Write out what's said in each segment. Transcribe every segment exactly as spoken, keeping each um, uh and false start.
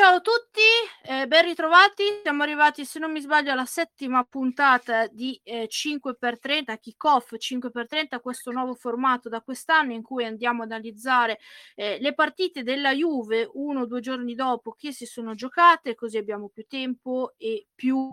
ciao a tutti, ehm, ben ritrovati. Siamo arrivati, se non mi sbaglio, alla settima puntata di, ehm, cinque per trenta, Kick-Off cinque per trenta, questo nuovo formato da quest'anno in cui andiamo ad analizzare, ehm, le partite della Juve uno o due giorni dopo che si sono giocate, così abbiamo più tempo e più,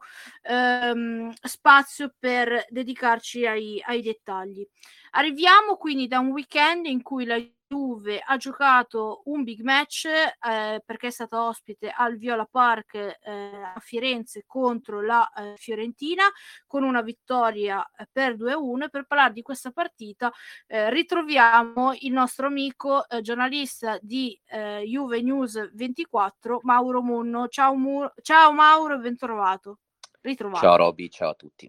ehm, spazio per dedicarci ai ai dettagli. Arriviamo quindi da un weekend in cui la Juve ha giocato un big match, ehm, perché è stata ospite al Viola Park, ehm, a Firenze contro la, ehm, Fiorentina, con una vittoria, ehm, per due a uno. E per parlar di questa partita, ehm, ritroviamo il nostro amico, ehm, giornalista di, ehm, Juve News ventiquattro, Mauro Monno. Ciao Mu ciao Mauro e bentrovato. Ciao Ritrovato. Roby, ciao a tutti.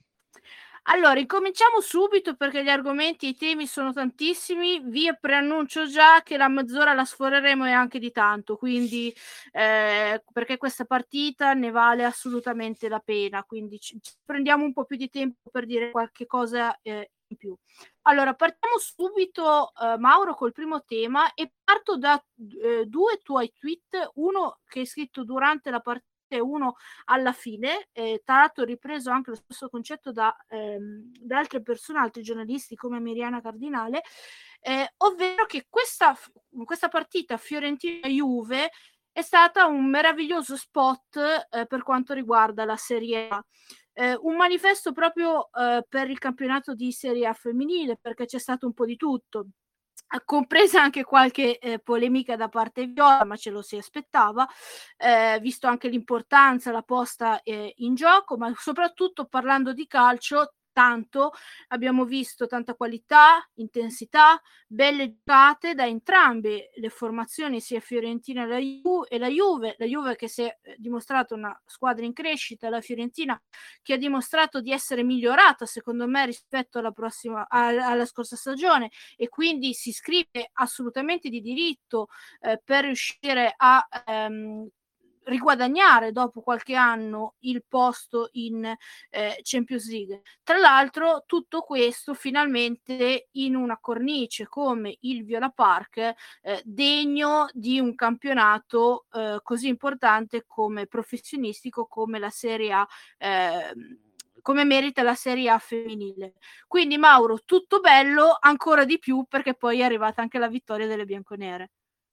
Allora, incominciamo subito perché gli argomenti e i temi sono tantissimi. Vi preannuncio già che la mezz'ora la sforeremo e anche di tanto, quindi ehm, perché questa partita ne vale assolutamente la pena, quindi ci ci prendiamo un po' più di tempo per dire qualche cosa, ehm, in più. Allora, partiamo subito, uhm, Mauro, col primo tema e parto da d ehm, due tuoi tweet, uno che hai scritto durante la partita e uno alla fine, e tra l'altro ripreso anche lo stesso concetto da, ehm, da altre persone, altri giornalisti come Miriana Cardinale, ehm, ovvero che questa f questa partita Fiorentina-Juve è stata un meraviglioso spot, ehm, per quanto riguarda la Serie A. Ehm, un manifesto proprio, ehm, per il campionato di Serie A femminile, perché c'è stato un po' di tutto, compresa anche qualche, ehm, polemica da parte viola, ma ce lo si aspettava, ehm, visto anche l'importanza, la posta, ehm, in gioco, ma soprattutto parlando di calcio, tanto abbiamo visto tanta qualità, intensità, belle giocate da entrambe le formazioni, sia Fiorentina e la Ju e la Juve. La Juve che si è, ehm, dimostrata una squadra in crescita, la Fiorentina che ha dimostrato di essere migliorata secondo me rispetto alla prossima al alla scorsa stagione, e quindi si iscrive assolutamente di diritto, ehm, per riuscire a, ehm, riguadagnare dopo qualche anno il posto in, ehm, Champions League. Tra l'altro tutto questo finalmente in una cornice come il Viola Park, ehm, degno di un campionato, ehm, così importante come professionistico come la Serie A, ehm, come merita la Serie A femminile. Quindi Mauro, tutto bello, ancora di più perché poi è arrivata anche la vittoria delle bianconere.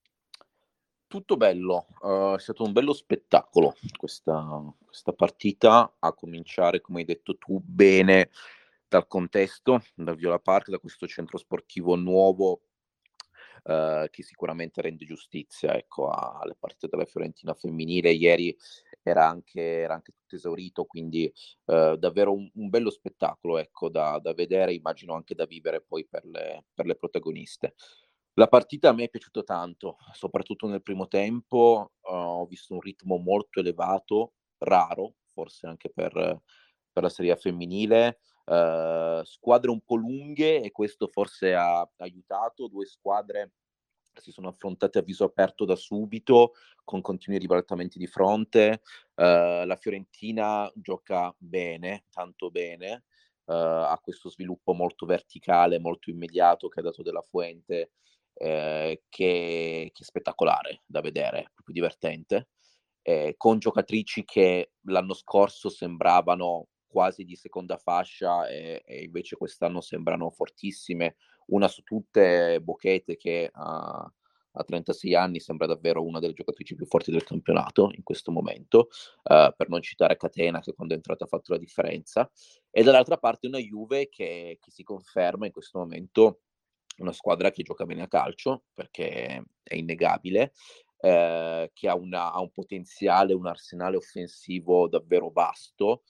Tutto bello, uhm, è stato un bello spettacolo questa questa partita, a cominciare, come hai detto tu bene, dal contesto, dal Viola Park, da questo centro sportivo nuovo, uhm, che sicuramente rende giustizia, ecco, a alle partite della Fiorentina femminile. Ieri era anche era anche tutto esaurito, quindi, uhm, davvero un un bello spettacolo, ecco, da da vedere, immagino anche da vivere poi per le per le protagoniste. La partita a me è piaciuto tanto, soprattutto nel primo tempo, uhm, ho visto un ritmo molto elevato, raro, forse anche per per la Serie A femminile, uhm, squadre un po' lunghe e questo forse ha aiutato, due squadre che si sono affrontate a viso aperto da subito, con continui ribaltamenti di fronte. Uhm, la Fiorentina gioca bene, tanto bene, uhm, ha questo sviluppo molto verticale, molto immediato che ha dato De La Fuente, ehm, che che è spettacolare da vedere, proprio divertente, ehm, con giocatrici che l'anno scorso sembravano quasi di seconda fascia e e invece quest'anno sembrano fortissime. Una su tutte Boquete che ha ha trentasei anni, sembra davvero una delle giocatrici più forti del campionato in questo momento, uhm, per non citare Catena che quando è entrata ha fatto la differenza. E dall'altra parte una Juve che che si conferma in questo momento una squadra che gioca bene a calcio, perché è innegabile, ehm, che ha una ha un potenziale, un arsenale offensivo davvero vasto,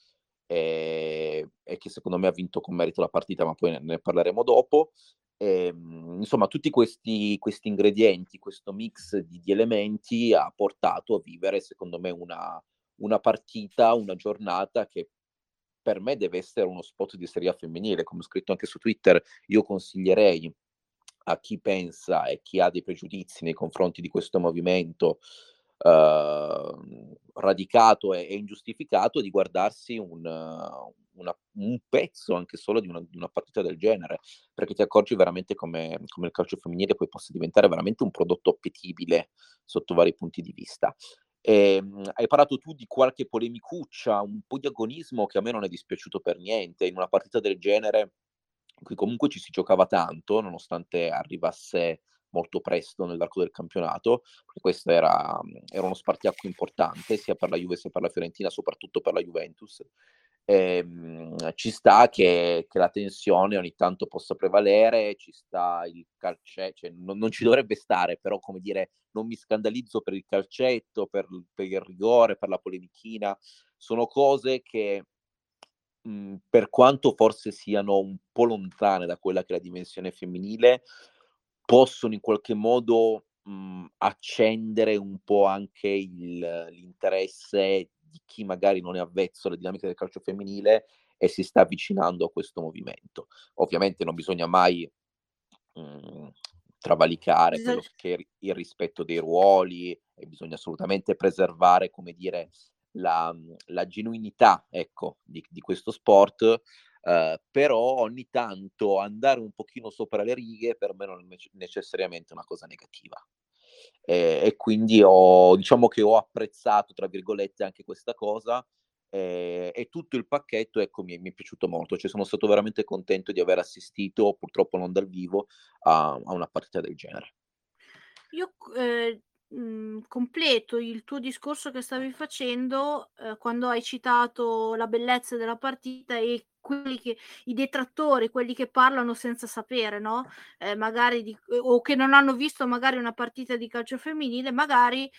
ehm, e che secondo me ha vinto con merito la partita, ma poi ne ne parleremo dopo. Ehm, insomma tutti questi questi ingredienti, questo mix di di elementi ha portato a vivere secondo me una una partita, una giornata che per me deve essere uno spot di Serie A femminile. Come ho scritto anche su Twitter, io consiglierei a chi pensa e chi ha dei pregiudizi nei confronti di questo movimento, uhm, radicato e e ingiustificato, di guardarsi un una un pezzo anche solo di una di una partita del genere, perché ti accorgi veramente come come il calcio femminile poi possa diventare veramente un prodotto appetibile sotto vari punti di vista. Ehm, hai parlato tu di qualche polemicuccia, un po' di agonismo che a me non è dispiaciuto per niente. In una partita del genere, in cui comunque ci si giocava tanto, nonostante arrivasse molto presto nell'arco del campionato, perché questo era mhmm, era uno spartiacque importante sia per la Juve sia per la Fiorentina, soprattutto per la Juventus. Ehm, ci sta che che la tensione ogni tanto possa prevalere, ci sta il calce cioè non non ci dovrebbe stare, però come dire, non mi scandalizzo per il calcetto, per l per il rigore, per la polemichina. Sono cose che, mhmm, per quanto forse siano un po' lontane da quella che è la dimensione femminile, possono in qualche modo, mhmm, accendere un po' anche il l'interesse di chi magari non è avvezzo alle dinamiche del calcio femminile e si sta avvicinando a questo movimento. Ovviamente non bisogna mai, mhmm, travalicare Bisog quello che è ri il rispetto dei ruoli e bisogna assolutamente preservare, come dire, la mhmm, la genuinità, ecco, di di questo sport, uhm, però ogni tanto andare un pochino sopra le righe per me non è nece necessariamente una cosa negativa. Ehm, e quindi ho diciamo che ho "apprezzato" tra virgolette anche questa cosa, ehm, e tutto il pacchetto, ecco, mi è mi è piaciuto molto. Cioè sono stato veramente contento di aver assistito, purtroppo non dal vivo, a a una partita del genere. Io c ehm, mhmm, completo il tuo discorso che stavi facendo, ehm, quando hai citato la bellezza della partita e quelli che i detrattori, quelli che parlano senza sapere, no, ehm, magari di o che non hanno visto magari una partita di calcio femminile, magari,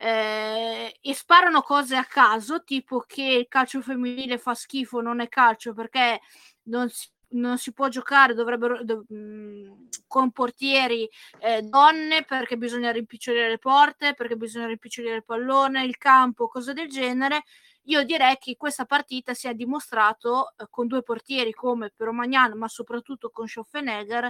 ehm, e sparano cose a caso, tipo che il calcio femminile fa schifo, non è calcio perché non si non si può giocare, dovrebbero dov mhmm, con portieri ehm, donne, perché bisogna rimpicciolire le porte, perché bisogna rimpicciolire il pallone, il campo, cose del genere. Io direi che questa partita si è dimostrato, ehm, con due portieri come Peromagnan, ma soprattutto con Schoffelegger,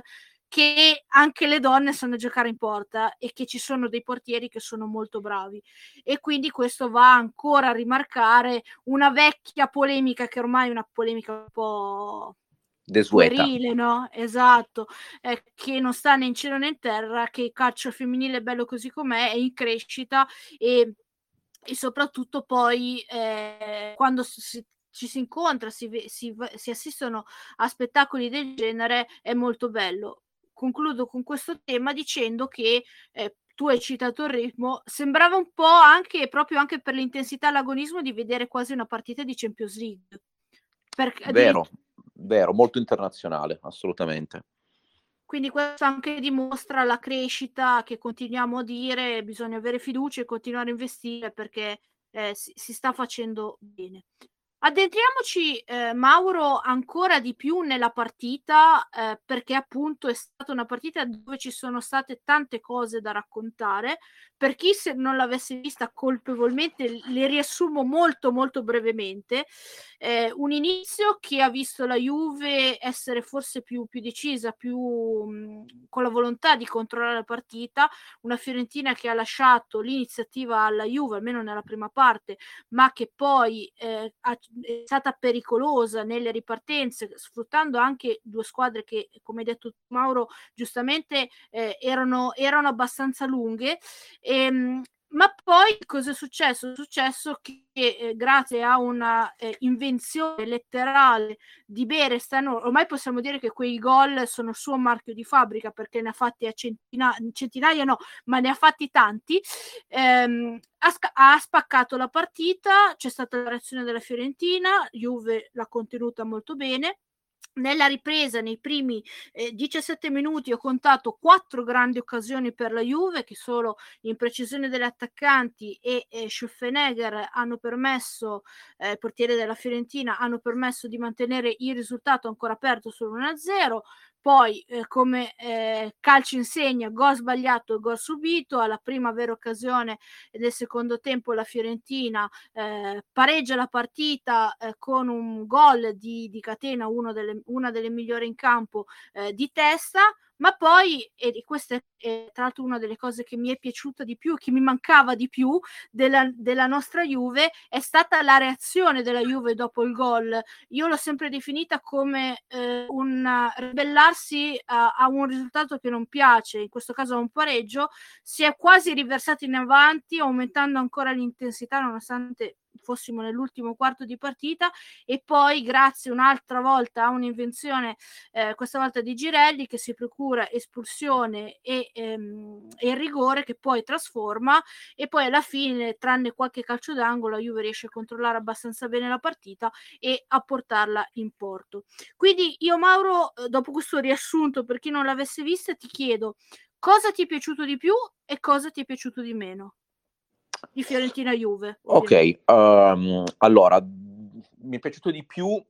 che anche le donne sanno giocare in porta e che ci sono dei portieri che sono molto bravi. E quindi questo va ancora a rimarcare una vecchia polemica che ormai è una polemica un po' Desueta. puerile, no, esatto, ehm, che non sta né in cielo né in terra, che il calcio femminile è bello così com'è, è in crescita e e soprattutto poi, ehm, quando s si ci si incontra, si ve si v si assistono a spettacoli del genere è molto bello. Concludo con questo tema dicendo che, ehm, tu hai citato il ritmo, sembrava un po' anche proprio anche per l'intensità e l'agonismo di vedere quasi una partita di Champions League. Perché Vero, addirit vero, molto internazionale, assolutamente. Quindi questo anche dimostra la crescita che continuiamo a dire, bisogna avere fiducia e continuare a investire perché, ehm, si si sta facendo bene. Addentriamoci, ehm, Mauro, ancora di più nella partita, ehm, perché appunto è stata una partita dove ci sono state tante cose da raccontare. Per chi se non l'avesse vista colpevolmente, l le riassumo molto, molto brevemente. Ehm, un inizio che ha visto la Juve essere forse più più decisa, più mhmm, con la volontà di controllare la partita, una Fiorentina che ha lasciato l'iniziativa alla Juve, almeno nella prima parte, ma che poi, ehm, ha c è stata pericolosa nelle ripartenze, sfruttando anche due squadre che, come hai detto tu Mauro, giustamente, ehm, erano erano abbastanza lunghe. Ehm, ma poi cosa è successo? È successo che, ehm, grazie a una, ehm, invenzione letterale di Berestan, ormai possiamo dire che quei gol sono il suo marchio di fabbrica perché ne ha fatti a centina centinaia no, ma ne ha fatti tanti, ehm, ha sca ha spaccato la partita, c'è stata la reazione della Fiorentina, Juve l'ha contenuta molto bene. Nella ripresa, nei primi, ehm, diciassette minuti ho contato quattro grandi occasioni per la Juve che solo imprecisione delle attaccanti e, ehm, Schöffenegger hanno permesso ehm, il portiere della Fiorentina, hanno permesso di mantenere il risultato ancora aperto sull'uno a zero. Poi, ehm, come, ehm, calcio insegna, gol sbagliato e gol subito. Alla prima vera occasione del secondo tempo la Fiorentina, ehm, pareggia la partita, ehm, con un gol di di Catena, uno delle una delle migliori in campo, ehm, di testa, Ma poi, e di questa è tra l'altro una delle cose che mi è piaciuta di più, che mi mancava di più della della nostra Juve, è stata la reazione della Juve dopo il gol. Io l'ho sempre definita come eh, un ribellarsi a, a un risultato che non piace, in questo caso a un pareggio, si è quasi riversati in avanti, aumentando ancora l'intensità nonostante fossimo nell'ultimo quarto di partita, e poi grazie un'altra volta a un'invenzione eh, questa volta di Girelli, che si procura espulsione e, ehm, e il rigore che poi trasforma, e poi alla fine, tranne qualche calcio d'angolo, la Juve riesce a controllare abbastanza bene la partita e a portarla in porto. Quindi io, Mauro, eh, dopo questo riassunto, per chi non l'avesse vista, ti chiedo cosa ti è piaciuto di più e cosa ti è piaciuto di meno di Fiorentina Juve, ovviamente. Ok, um, allora, mi è piaciuto di più uh,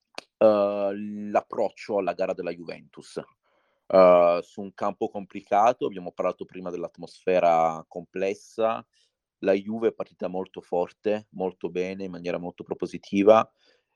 l'approccio alla gara della Juventus. Uh, su un campo complicato, abbiamo parlato prima dell'atmosfera complessa, la Juve è partita molto forte, molto bene, in maniera molto propositiva,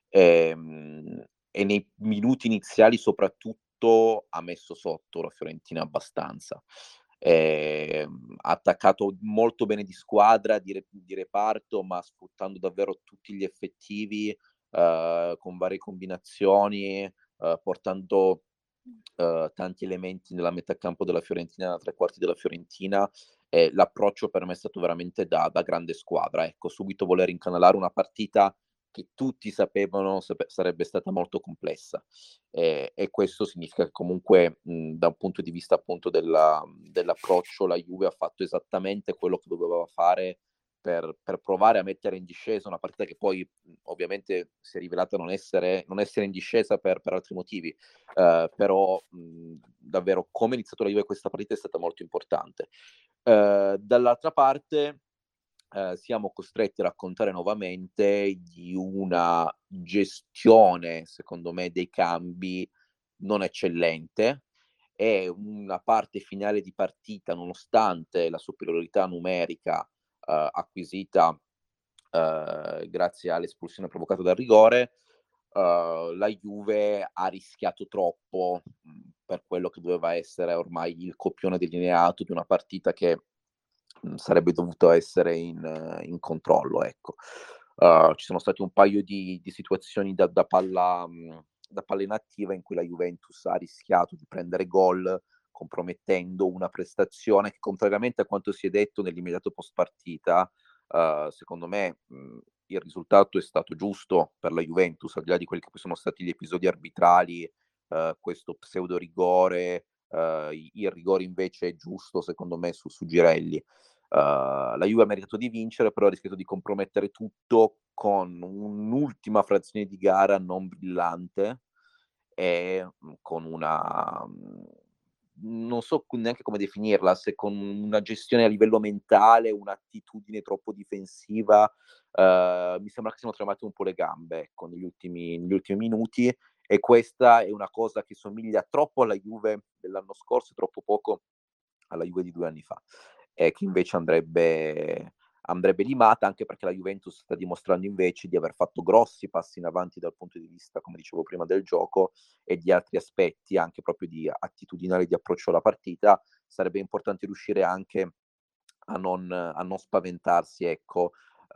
ehm, e nei minuti iniziali soprattutto ha messo sotto la Fiorentina abbastanza. Eh, ha attaccato molto bene di squadra, di, re- di reparto, ma sfruttando davvero tutti gli effettivi, eh, con varie combinazioni, eh, portando eh, tanti elementi nella metà campo della Fiorentina, nella tre quarti della Fiorentina. Eh, l'approccio per me è stato veramente da, da grande squadra. Ecco, subito voler incanalare una partita che tutti sapevano sap- sarebbe stata molto complessa, eh, e questo significa che comunque mh, da un punto di vista appunto della, dell'approccio la Juve ha fatto esattamente quello che doveva fare per, per provare a mettere in discesa una partita che poi mh, ovviamente si è rivelata non essere, non essere in discesa per, per altri motivi, uh, però mh, davvero come è iniziato la Juve questa partita è stata molto importante. Uh, dall'altra parte Uh, siamo costretti a raccontare nuovamente di una gestione, secondo me, dei cambi non eccellente, e una parte finale di partita, nonostante la superiorità numerica uh, acquisita uh, grazie all'espulsione provocata dal rigore, uh, la Juve ha rischiato troppo mh, per quello che doveva essere ormai il copione delineato di una partita che sarebbe dovuto essere in, in controllo, ecco. Uh, ci sono stati un paio di, di situazioni da, da, palla, da palla inattiva in cui la Juventus ha rischiato di prendere gol, compromettendo una prestazione che, contrariamente a quanto si è detto nell'immediato post partita, uh, secondo me mh, il risultato è stato giusto per la Juventus, al di là di quelli che poi sono stati gli episodi arbitrali, uh, questo pseudo rigore, uh, il rigore invece è giusto secondo me su, su Girelli. Uh, la Juve ha meritato di vincere, però ha rischiato di compromettere tutto con un'ultima frazione di gara non brillante e con una, non so neanche come definirla, se con una gestione a livello mentale, un'attitudine troppo difensiva. Uh, mi sembra che siano tremate un po' le gambe, ecco, negli ultimi, negli ultimi minuti, e questa è una cosa che somiglia troppo alla Juve dell'anno scorso e troppo poco alla Juve di due anni fa, e che invece andrebbe, andrebbe limata, anche perché la Juventus sta dimostrando invece di aver fatto grossi passi in avanti dal punto di vista, come dicevo prima, del gioco e di altri aspetti, anche proprio di attitudinale, di approccio alla partita. Sarebbe importante riuscire anche a non, a non spaventarsi, ecco,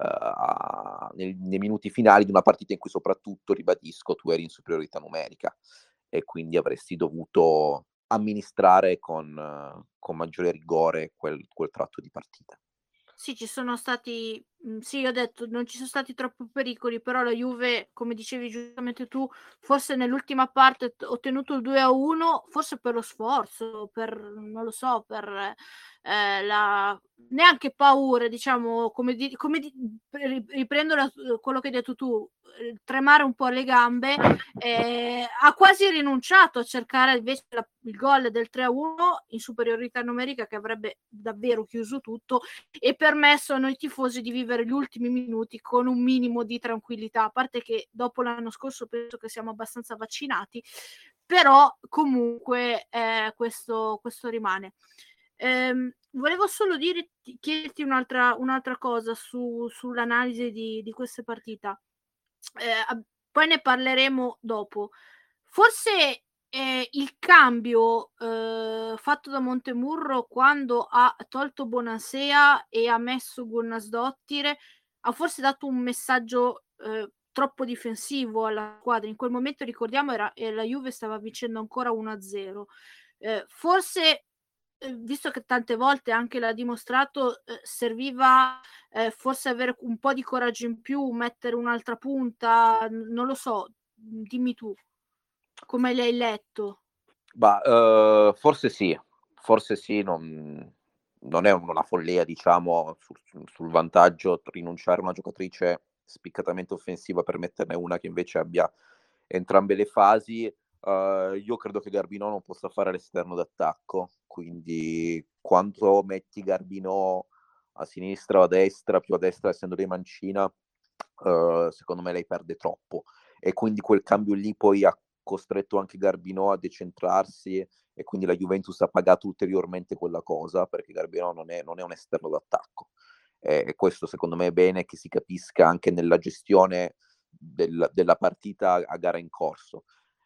uh, nei, nei minuti finali di una partita in cui, soprattutto, ribadisco, tu eri in superiorità numerica e quindi avresti dovuto amministrare con, con maggiore rigore quel, quel tratto di partita. Sì, ci sono stati, mhmm, sì, ho detto non ci son stati troppi pericoli, però la Juve, come dicevi giustamente tu, forse nell'ultima parte ha ot ottenuto il due a uno, forse per lo sforzo, per non lo so, per, ehm, la neanche paura, diciamo, come di come di ri riprendo la quello che hai detto tu, ehm, tremare un po' alle gambe, ehm, ha quasi rinunciato a cercare invece la il gol del tre a uno in superiorità numerica, che avrebbe davvero chiuso tutto e permesso a noi tifosi di vivere gli ultimi minuti con un minimo di tranquillità, a parte che dopo l'anno scorso penso che siamo abbastanza vaccinati, però comunque eh, questo, questo rimane. Ehm, volevo solo dire, chiederti un'altra, un'altra cosa su, sull'analisi di, di questa partita. Eh, poi ne parleremo dopo. Forse Ehm, il cambio, uhm, fatto da Montemurro quando ha tolto Bonasea e ha messo Gunnarsdottir, ha forse dato un messaggio, uhm, troppo difensivo alla squadra. In quel momento ricordiamo era ehm, la Juve stava vincendo ancora uno a zero. Ehm, forse, uhm, visto che tante volte anche l'ha dimostrato, uhm, serviva, ehm, forse avere un po' di coraggio in più, mettere un'altra punta, n non lo so, mhmm, dimmi tu. Come l'hai letto? Bah, uhm, forse sì, forse sì, non non è una follia diciamo sul sul sul vantaggio rinunciare a una giocatrice spiccatamente offensiva per metterne una che invece abbia entrambe le fasi. Uhm, io credo che Garbinò non possa fare l'esterno d'attacco, quindi quando metti Garbinò a sinistra o a destra, più a destra essendo lei mancina, uhm, secondo me lei perde troppo e quindi quel cambio lì poi ha costretto anche Garbinò a decentrarsi e quindi la Juventus ha pagato ulteriormente quella cosa, perché Garbinò non è non è un esterno d'attacco. E questo secondo me è bene che si capisca anche nella gestione del della partita a gara in corso.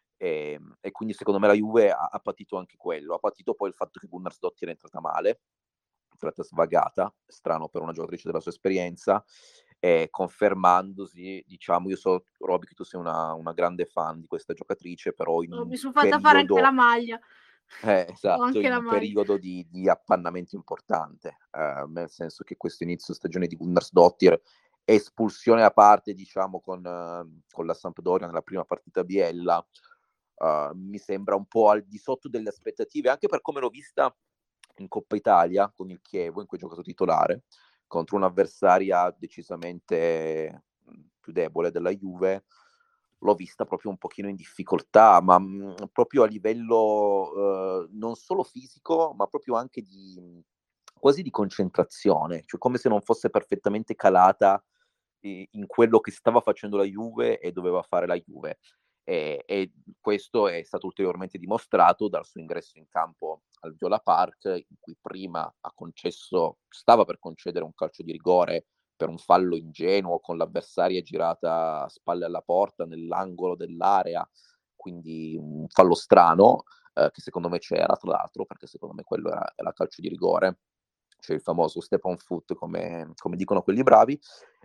Ehm, e quindi secondo me la Juve ha ha patito anche quello. Ha patito poi il fatto che Gunnarsdottir è entrata male, è entrata svagata, strano per una giocatrice della sua esperienza, e confermandosi diciamo io so, Roby, che tu sei una una grande fan di questa giocatrice, però in Oh, un mi son fatta fare anche la periodo maglia. eh, Ho esatto, anche in la un maglia. periodo di di appannamento importante, ehm, nel senso che questo inizio stagione di Gunnarsdottir, espulsione a parte diciamo con con la Sampdoria nella prima partita a Biella, uhm, mi sembra un po' al di sotto delle aspettative, anche per come l'ho vista in Coppa Italia con il Chievo, in cui ha giocato titolare, contro un'avversaria decisamente, mhmm, più debole della Juve. L'ho vista proprio un pochino in difficoltà, ma, mhmm, proprio a livello, uhm, non solo fisico, ma proprio anche di mhmm, quasi di concentrazione, cioè come se non fosse perfettamente calata i in quello che stava facendo la Juve e doveva fare la Juve. Ehm, e questo è stato ulteriormente dimostrato dal suo ingresso in campo al Viola Park, in cui prima ha concesso stava per concedere un calcio di rigore per un fallo ingenuo con l'avversaria girata a spalle alla porta nell'angolo dell'area, quindi un fallo strano, ehm, che secondo me c'era tra l'altro, perché secondo me quello era era calcio di rigore, cioè il famoso step on foot come come dicono quelli bravi.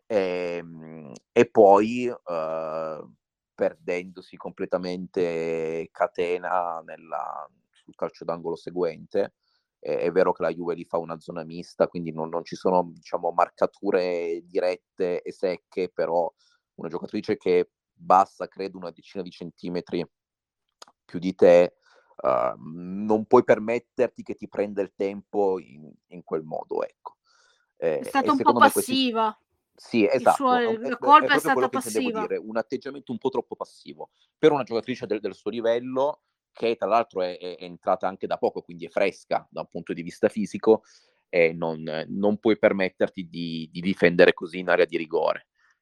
Ehm, e poi, uhm, perdendosi completamente catena nella sul calcio d'angolo seguente. È è vero che la Juve lì fa una zona mista, quindi non non ci sono, diciamo, marcature dirette e secche, però una giocatrice che è bassa credo una decina di centimetri più di te, uhm, non puoi permetterti che ti prenda il tempo in in quel modo, ecco. È Ehm, e stata un po' secondo me questi s passiva. sì, Il suo esatto, è un ehm, è la è colpa è proprio quello stata che intendevo passiva. dire, un atteggiamento un po' troppo passivo. Per una giocatrice del del suo livello, che tra l'altro è è è entrata anche da poco, quindi è fresca da un punto di vista fisico, e non non puoi permetterti di di difendere così in area di rigore.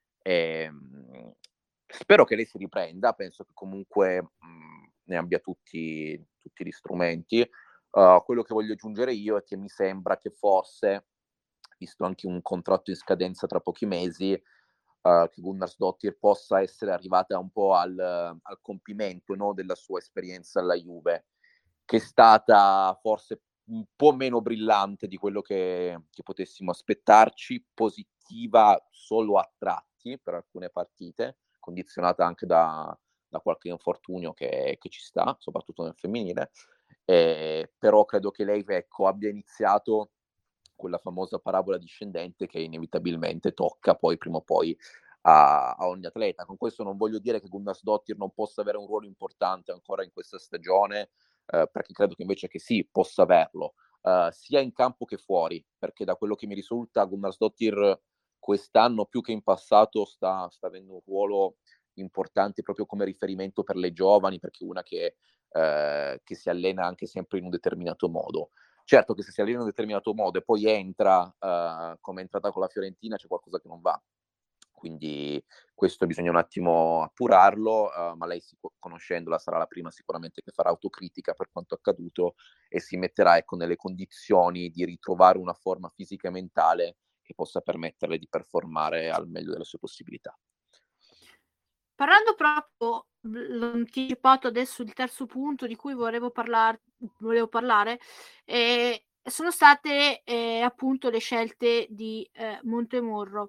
Ehm, spero che lei si riprenda, penso che comunque, mhmm, ne abbia tutti tutti gli strumenti. Uhm, quello che voglio aggiungere io è che mi sembra che forse, visto anche un contratto in scadenza tra pochi mesi, uhm, che Gunnarsdottir possa essere arrivata un po' al al compimento, no, della sua esperienza alla Juve, che è stata forse un po' meno brillante di quello che che potessimo aspettarci, positiva solo a tratti per alcune partite, condizionata anche da da qualche infortunio che che ci sta, soprattutto nel femminile. Ehm, però credo che lei, ecco, abbia iniziato quella famosa parabola discendente che inevitabilmente tocca poi prima o poi a a ogni atleta. Con questo non voglio dire che Gunnarsdottir non possa avere un ruolo importante ancora in questa stagione, ehm, perché credo che invece che sì, possa averlo, ehm, sia in campo che fuori, perché da quello che mi risulta Gunnarsdottir quest'anno più che in passato sta sta avendo un ruolo importante proprio come riferimento per le giovani, perché è una che ehm, che si allena anche sempre in un determinato modo. Certo che se si allena in un determinato modo e poi entra, uhm, come è entrata con la Fiorentina, c'è qualcosa che non va. Quindi questo bisogna un attimo appurarlo, uhm, ma lei sicu conoscendola sarà la prima sicuramente che farà autocritica per quanto accaduto e si metterà, ecco, nelle condizioni di ritrovare una forma fisica e mentale che possa permetterle di performare al meglio delle sue possibilità. Parlando proprio, l l'ho anticipato adesso il terzo punto di cui volevo parlar volevo parlare, ehm, sono state, ehm, appunto le scelte di, ehm, Montemurro.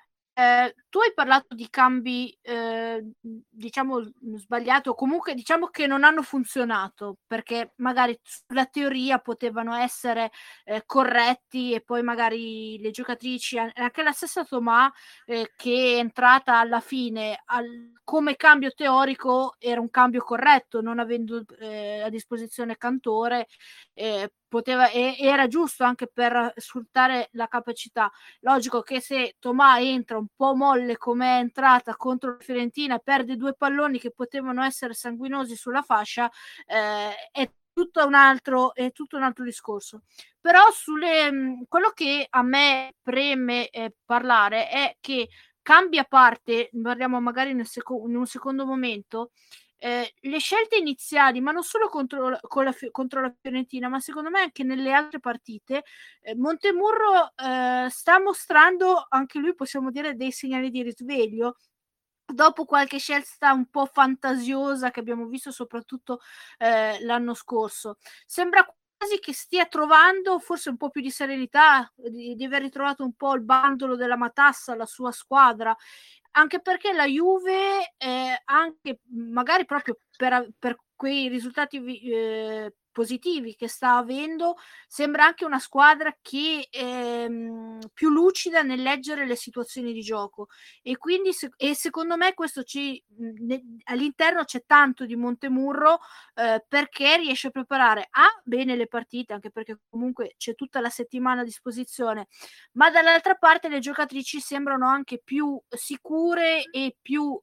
Ehm, tu hai parlato di cambi, ehm, mhmm, diciamo, mhmm, sbagliati o comunque diciamo che non hanno funzionato, perché magari sulla teoria potevano essere, ehm, corretti e poi magari le giocatrici a anche la stessa Thomas, ehm, che è entrata alla fine al come cambio teorico era un cambio corretto, non avendo, ehm, a disposizione Cantore, ehm, poteva e era giusto anche per sfruttare la capacità. Logico che se Thomas entra un po' molle come è entrata contro la Fiorentina, perde due palloni che potevano essere sanguinosi sulla fascia, ehm, è tutto un altro è tutto un altro discorso. Però sulle mhmm, quello che a me preme, ehm, parlare è che cambi a parte, parliamo magari nel seco in un secondo momento, ehm, le scelte iniziali, ma non solo contro l con la Fio contro la Fiorentina, ma secondo me anche nelle altre partite, ehm, Montemurro, ehm, sta mostrando anche lui, possiamo dire, dei segnali di risveglio, dopo qualche scelta un po' fantasiosa che abbiamo visto soprattutto, ehm, l'anno scorso. Sembra quasi che stia trovando forse un po' più di serenità, di di aver ritrovato un po' il bandolo della matassa, la sua squadra, anche perché la Juve, ehm, anche magari proprio per a per quei risultati vi ehm, positivi che sta avendo, sembra anche una squadra che è, mhmm, più lucida nel leggere le situazioni di gioco e quindi sec e secondo me questo ci mhmm, ne all'interno c'è tanto di Montemurro, ehm, perché riesce a preparare A bene le partite, anche perché comunque c'è tutta la settimana a disposizione, ma dall'altra parte le giocatrici sembrano anche più sicure e più,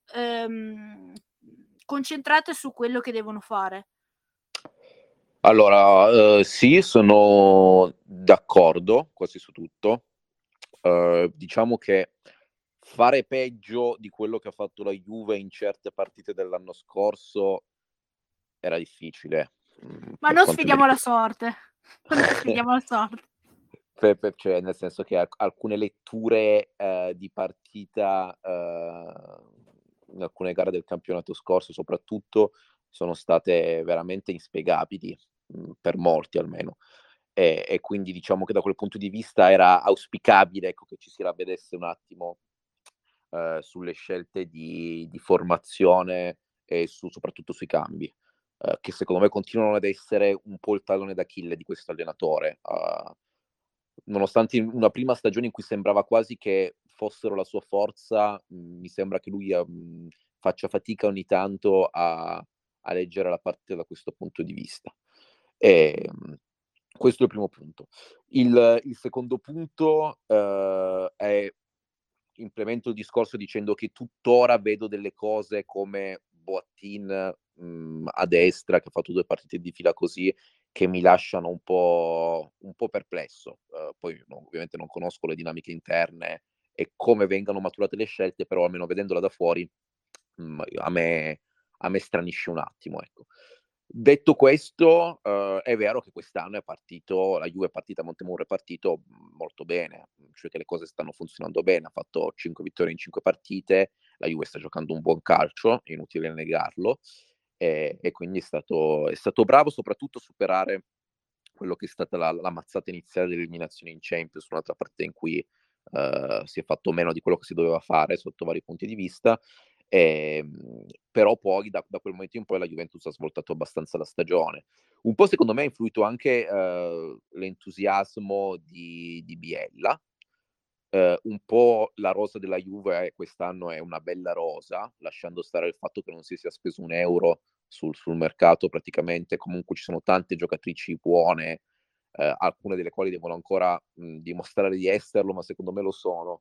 ehm, concentrate su quello che devono fare. Allora, uhm, sì, sono d'accordo quasi su tutto. Uhm, diciamo che fare peggio di quello che ha fatto la Juve in certe partite dell'anno scorso era difficile, mhmm, Ma per non quanto mi sfidiamo la rigu sorte, non sfidiamo la sorte. Pe pe cioè nel senso che alc alcune letture, ehm, di partita, uhm, in alcune gare del campionato scorso soprattutto, sono state veramente inspiegabili, mhmm, per molti almeno. E e quindi diciamo che da quel punto di vista era auspicabile, ecco, che ci si ravvedesse un attimo, uhm, sulle scelte di di formazione e su soprattutto sui cambi, uhm, che secondo me continuano ad essere un po' il tallone d'Achille di questo allenatore. Uhm, nonostante in una prima stagione in cui sembrava quasi che fossero la sua forza, mhmm, mi sembra che lui, uhm, faccia fatica ogni tanto a a leggere la partita da questo punto di vista. Ehm, questo è il primo punto. Il il secondo punto, uhm, è implemento il discorso dicendo che tuttora vedo delle cose come Boattin, mhmm, a destra, che ha fatto due partite di fila così, che mi lasciano un po' un po' perplesso. Uhm, poi no ovviamente non conosco le dinamiche interne e come vengano maturate le scelte, però almeno vedendola da fuori, mhmm, a me a me stranisce un attimo, ecco. Detto questo, uhm, è vero che quest'anno è partito la Juve è partita, Montemurro è partito, mhmm, molto bene, mhmm, cioè che le cose stanno funzionando bene, ha fatto cinque vittorie in cinque partite, la Juve sta giocando un buon calcio, è inutile negarlo, ehm, e quindi è stato è stato bravo soprattutto a superare quello che è stata la la mazzata iniziale dell'eliminazione in Champions, un'altra partita in cui, uhm, si è fatto meno di quello che si doveva fare sotto vari punti di vista. Ehm, però poi da da quel momento in poi la Juventus ha svoltato abbastanza la stagione. Un po' secondo me ha influito anche, uhm, l'entusiasmo di di Biella. Uhm, un po' la rosa della Juve quest'anno è una bella rosa, lasciando stare il fatto che non si sia speso un euro sul sul mercato praticamente, comunque ci sono tante giocatrici buone, uhm, alcune delle quali devono ancora, mhmm, dimostrare di esserlo, ma secondo me lo sono.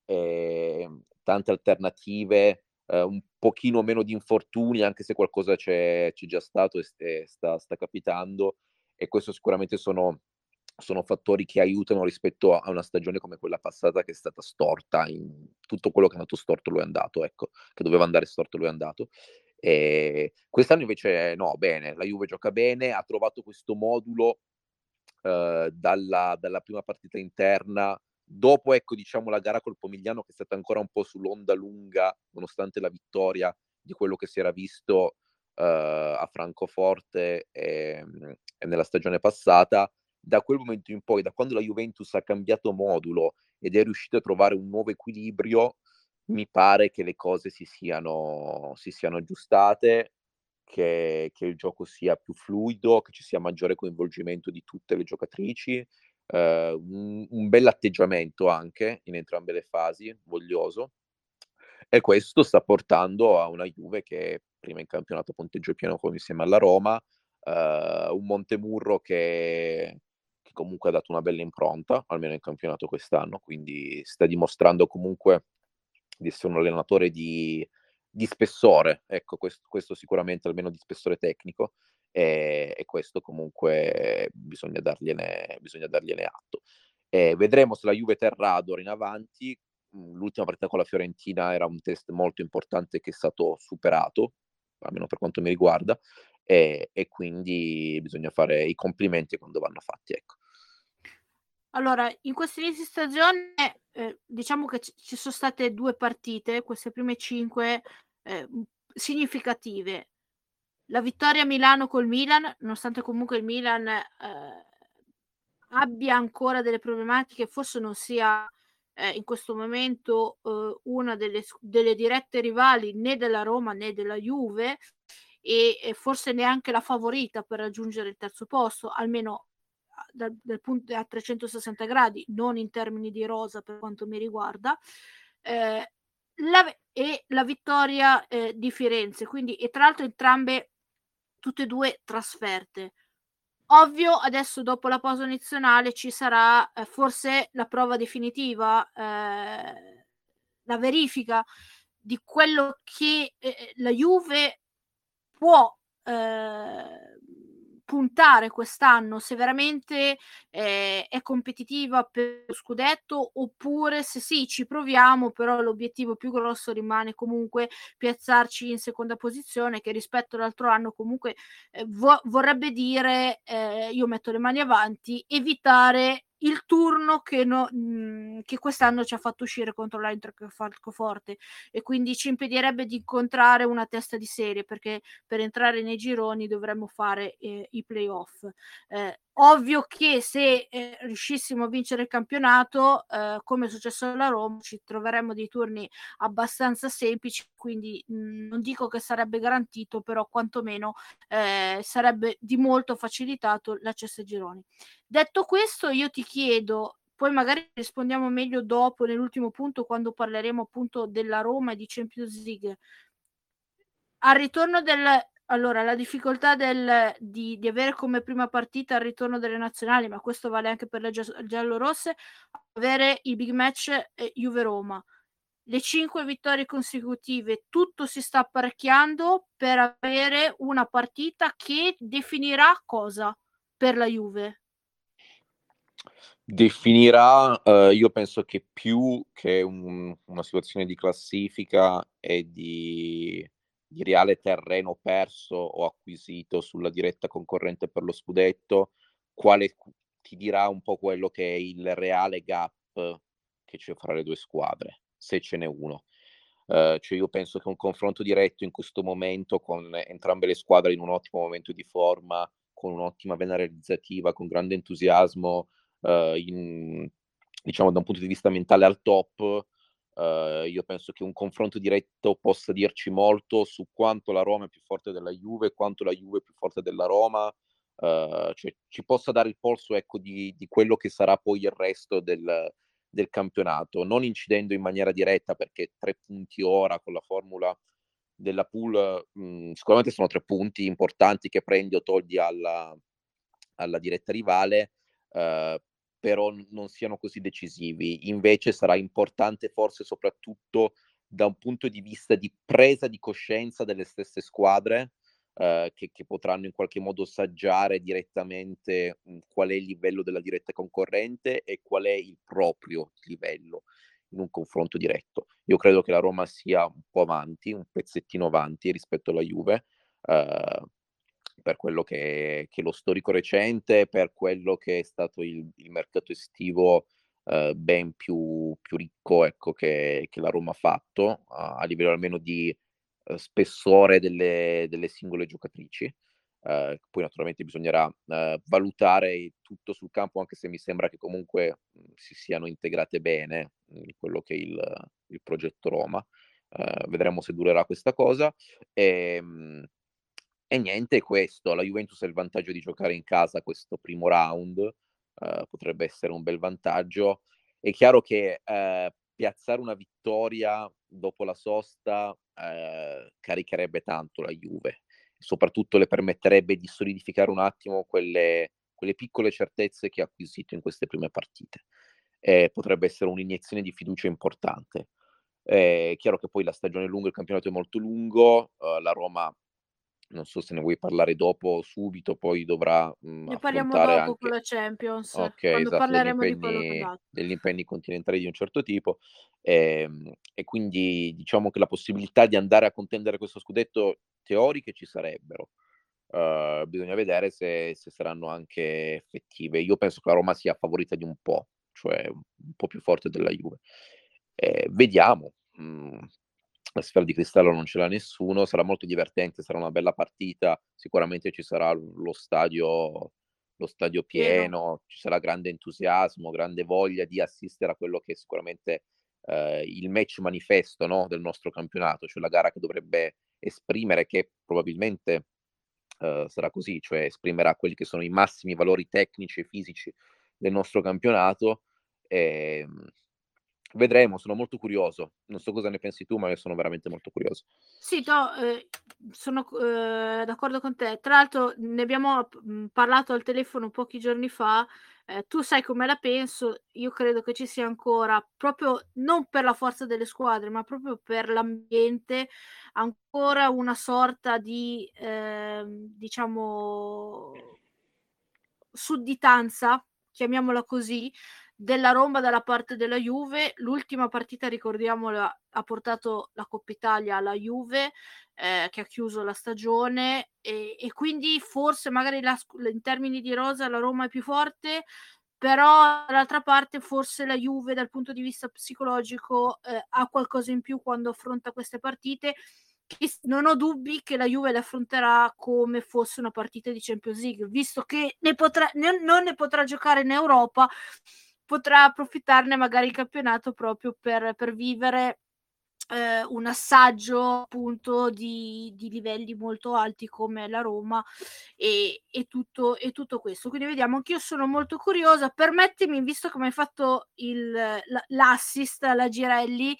Ehm, tante alternative, uhm, un pochino meno di infortuni, anche se qualcosa c'è c'è già stato e s e sta sta capitando, e questo sicuramente sono sono fattori che aiutano rispetto a una stagione come quella passata che è stata storta, in tutto quello che è andato storto lo è andato, ecco, che doveva andare storto lo è andato. Ehm, quest'anno invece no, bene, la Juve gioca bene, ha trovato questo modulo, uhm, dalla dalla prima partita interna, dopo ecco, diciamo la gara col Pomigliano che è stata ancora un po' sull'onda lunga, nonostante la vittoria, di quello che si era visto uh, a Francoforte e, e nella stagione passata. Da quel momento in poi, da quando la Juventus ha cambiato modulo ed è riuscito a trovare un nuovo equilibrio, mi pare che le cose si siano, si siano aggiustate, che, che il gioco sia più fluido, che ci sia maggiore coinvolgimento di tutte le giocatrici, eh, un, un bel atteggiamento anche in entrambe le fasi, voglioso, e questo sta portando a una Juve che prima in campionato punteggio pieno come insieme alla Roma, eh, un Montemurro che, che comunque ha dato una bella impronta, almeno in campionato quest'anno, quindi sta dimostrando comunque di essere un allenatore di, di spessore, ecco, questo, questo sicuramente, almeno di spessore tecnico, e, e questo comunque bisogna dargliene, bisogna dargliene atto. E vedremo se la Juve terrà d'ora in avanti. L'ultima partita con la Fiorentina era un test molto importante che è stato superato, almeno per quanto mi riguarda, e, e quindi bisogna fare i complimenti quando vanno fatti, ecco. Allora, in questo inizio di stagione eh, diciamo che c- ci sono state due partite, queste prime cinque eh, significative. La vittoria a Milano col Milan, nonostante comunque il Milan eh, abbia ancora delle problematiche, forse non sia eh, in questo momento eh, una delle, delle dirette rivali né della Roma né della Juve e, e forse neanche la favorita per raggiungere il terzo posto, almeno dal, dal punto a trecentosessanta gradi, non in termini di rosa per quanto mi riguarda. Eh, la, e la vittoria eh, di Firenze, quindi e tra l'altro entrambe tutte e due trasferte. Ovvio, adesso dopo la pausa nazionale ci sarà eh, forse la prova definitiva, eh, la verifica di quello che eh, la Juve può eh, puntare quest'anno, se veramente eh, è competitiva per lo scudetto, oppure se sì, ci proviamo, però l'obiettivo più grosso rimane comunque piazzarci in seconda posizione, che rispetto all'altro anno comunque eh, vo- vorrebbe dire, eh, io metto le mani avanti, evitare il turno che, no, mh, che quest'anno ci ha fatto uscire contro l'Eintracht Francoforte e quindi ci impedirebbe di incontrare una testa di serie, perché per entrare nei gironi dovremmo fare eh, i playoff. Eh, ovvio che se eh, riuscissimo a vincere il campionato, eh, come è successo alla Roma, ci troveremmo dei turni abbastanza semplici, quindi mh, non dico che sarebbe garantito, però quantomeno eh, sarebbe di molto facilitato l'accesso ai gironi. Detto questo, io ti chiedo, poi magari rispondiamo meglio dopo nell'ultimo punto quando parleremo appunto della Roma e di Champions League. Al ritorno del allora la difficoltà del, di, di avere come prima partita il ritorno delle nazionali, ma questo vale anche per le giallorosse, avere il big match eh, Juve-Roma. Le cinque vittorie consecutive, tutto si sta apparecchiando per avere una partita che definirà cosa per la Juve? Definirà, eh, io penso che più che un, una situazione di classifica e di, di reale terreno perso o acquisito sulla diretta concorrente per lo scudetto, quale ti dirà un po' quello che è il reale gap che c'è fra le due squadre, se ce n'è uno. Uh, cioè io penso che un confronto diretto in questo momento con entrambe le squadre in un ottimo momento di forma, con un'ottima vena realizzativa, con grande entusiasmo, uh, in, diciamo da un punto di vista mentale al top, uh, io penso che un confronto diretto possa dirci molto su quanto la Roma è più forte della Juve, quanto la Juve è più forte della Roma, uh, cioè ci possa dare il polso, ecco, di, di quello che sarà poi il resto del, del campionato, non incidendo in maniera diretta, perché tre punti ora con la formula della pool mh, sicuramente sono tre punti importanti che prendi o togli alla, alla diretta rivale, eh, però non siano così decisivi. Invece sarà importante forse soprattutto da un punto di vista di presa di coscienza delle stesse squadre, Uh, che, che potranno in qualche modo saggiare direttamente mh, qual è il livello della diretta concorrente e qual è il proprio livello in un confronto diretto. Io credo che la Roma sia un po' avanti, un pezzettino avanti rispetto alla Juve, uh, per quello che, che è lo storico recente, per quello che è stato il, il mercato estivo uh, ben più, più ricco, ecco, che, che la Roma ha fatto, uh, a livello almeno di uhm, spessore delle delle singole giocatrici. Uhm, poi naturalmente bisognerà, uhm, valutare tutto sul campo, anche se mi sembra che comunque, mhmm, si siano integrate bene in quello che è il il progetto Roma. Uhm, vedremo se durerà questa cosa. Ehm, e niente, questo. La Juventus ha il vantaggio di giocare in casa questo primo round, uhm, potrebbe essere un bel vantaggio. È chiaro che, uhm, piazzare una vittoria dopo la sosta, uhm, caricherebbe tanto la Juve, soprattutto le permetterebbe di solidificare un attimo quelle quelle piccole certezze che ha acquisito in queste prime partite. E potrebbe essere un'iniezione di fiducia importante. È chiaro che poi la stagione è lunga, il campionato è molto lungo, uhm, la Roma non so se ne vuoi parlare dopo o subito, poi dovrà, mhmm, Ne parliamo affrontare dopo con anche la Champions, okay, quando esatto, degli parleremo di quello che ha impegni dat degli impegni continentali di un certo tipo. Ehm, e quindi diciamo che la possibilità di andare a contendere questo scudetto teoriche ci sarebbero. Uhm, bisogna vedere se se saranno anche effettive. Io penso che la Roma sia favorita di un po', cioè un po' più forte della Juve. Ehm, vediamo, mhmm, la sfera di cristallo non ce l'ha nessuno, sarà molto divertente, sarà una bella partita, sicuramente ci sarà l lo stadio lo stadio pieno. pieno, ci sarà grande entusiasmo, grande voglia di assistere a quello che è sicuramente, uhm, il match manifesto, no, del nostro campionato, cioè la gara che dovrebbe esprimere che probabilmente, uhm, sarà così, cioè esprimerà quelli che sono i massimi valori tecnici e fisici del nostro campionato. Ehm, vedremo, sono molto curioso. Non so cosa ne pensi tu, ma io sono veramente molto curioso. Sì, to ehm, sono c uhm, d'accordo con te. Tra l'altro ne abbiamo p mhmm, parlato al telefono pochi giorni fa, ehm, tu sai come la penso, io credo che ci sia ancora, proprio non per la forza delle squadre, ma proprio per l'ambiente, ancora una sorta di, ehm, diciamo sudditanza, chiamiamola così, della Roma dalla parte della Juve. L'ultima partita, ricordiamola, ha portato la Coppa Italia alla Juve, ehm, che ha chiuso la stagione, e e quindi forse magari la sq in termini di rosa la Roma è più forte, però dall'altra parte forse la Juve dal punto di vista psicologico, ehm, ha qualcosa in più quando affronta queste partite, che s non ho dubbi che la Juve le affronterà come fosse una partita di Champions League, visto che ne potrà non non ne potrà giocare in Europa, potrà approfittarne magari in campionato proprio per per vivere, ehm, un assaggio appunto di di livelli molto alti come la Roma, e e tutto e tutto questo. Quindi vediamo, anch'io sono molto curiosa. Permettimi, visto che m'hai fatto il la l'assist alla Girelli,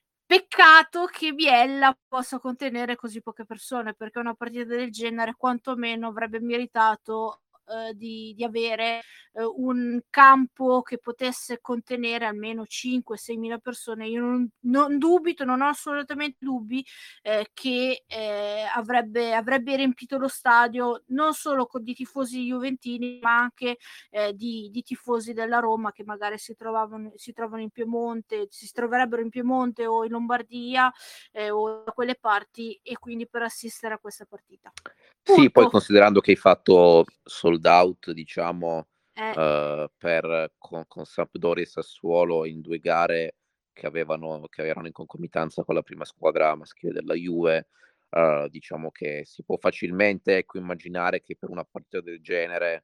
peccato che Biella possa contenere così poche persone, perché una partita del genere quantomeno avrebbe meritato, uhm, di di avere, uhm, un campo che potesse contenere almeno cinque, seimila persone. Io non non dubito, non ho assolutamente dubbi, ehm, che, ehm, avrebbe avrebbe riempito lo stadio, non solo co di tifosi juventini, ma anche, ehm, di di tifosi della Roma che magari si trovavano si trovano in Piemonte, si troverebbero in Piemonte o in Lombardia, ehm, o da quelle parti, e quindi per assistere a questa partita. Sì, poi Punto. considerando che hai fatto sold out, diciamo, Eh. uhm, per con con Sampdoria e Sassuolo in due gare che avevano che erano in concomitanza con la prima squadra maschile della Juve, uhm, diciamo che si può facilmente, ecco, immaginare che per una partita del genere,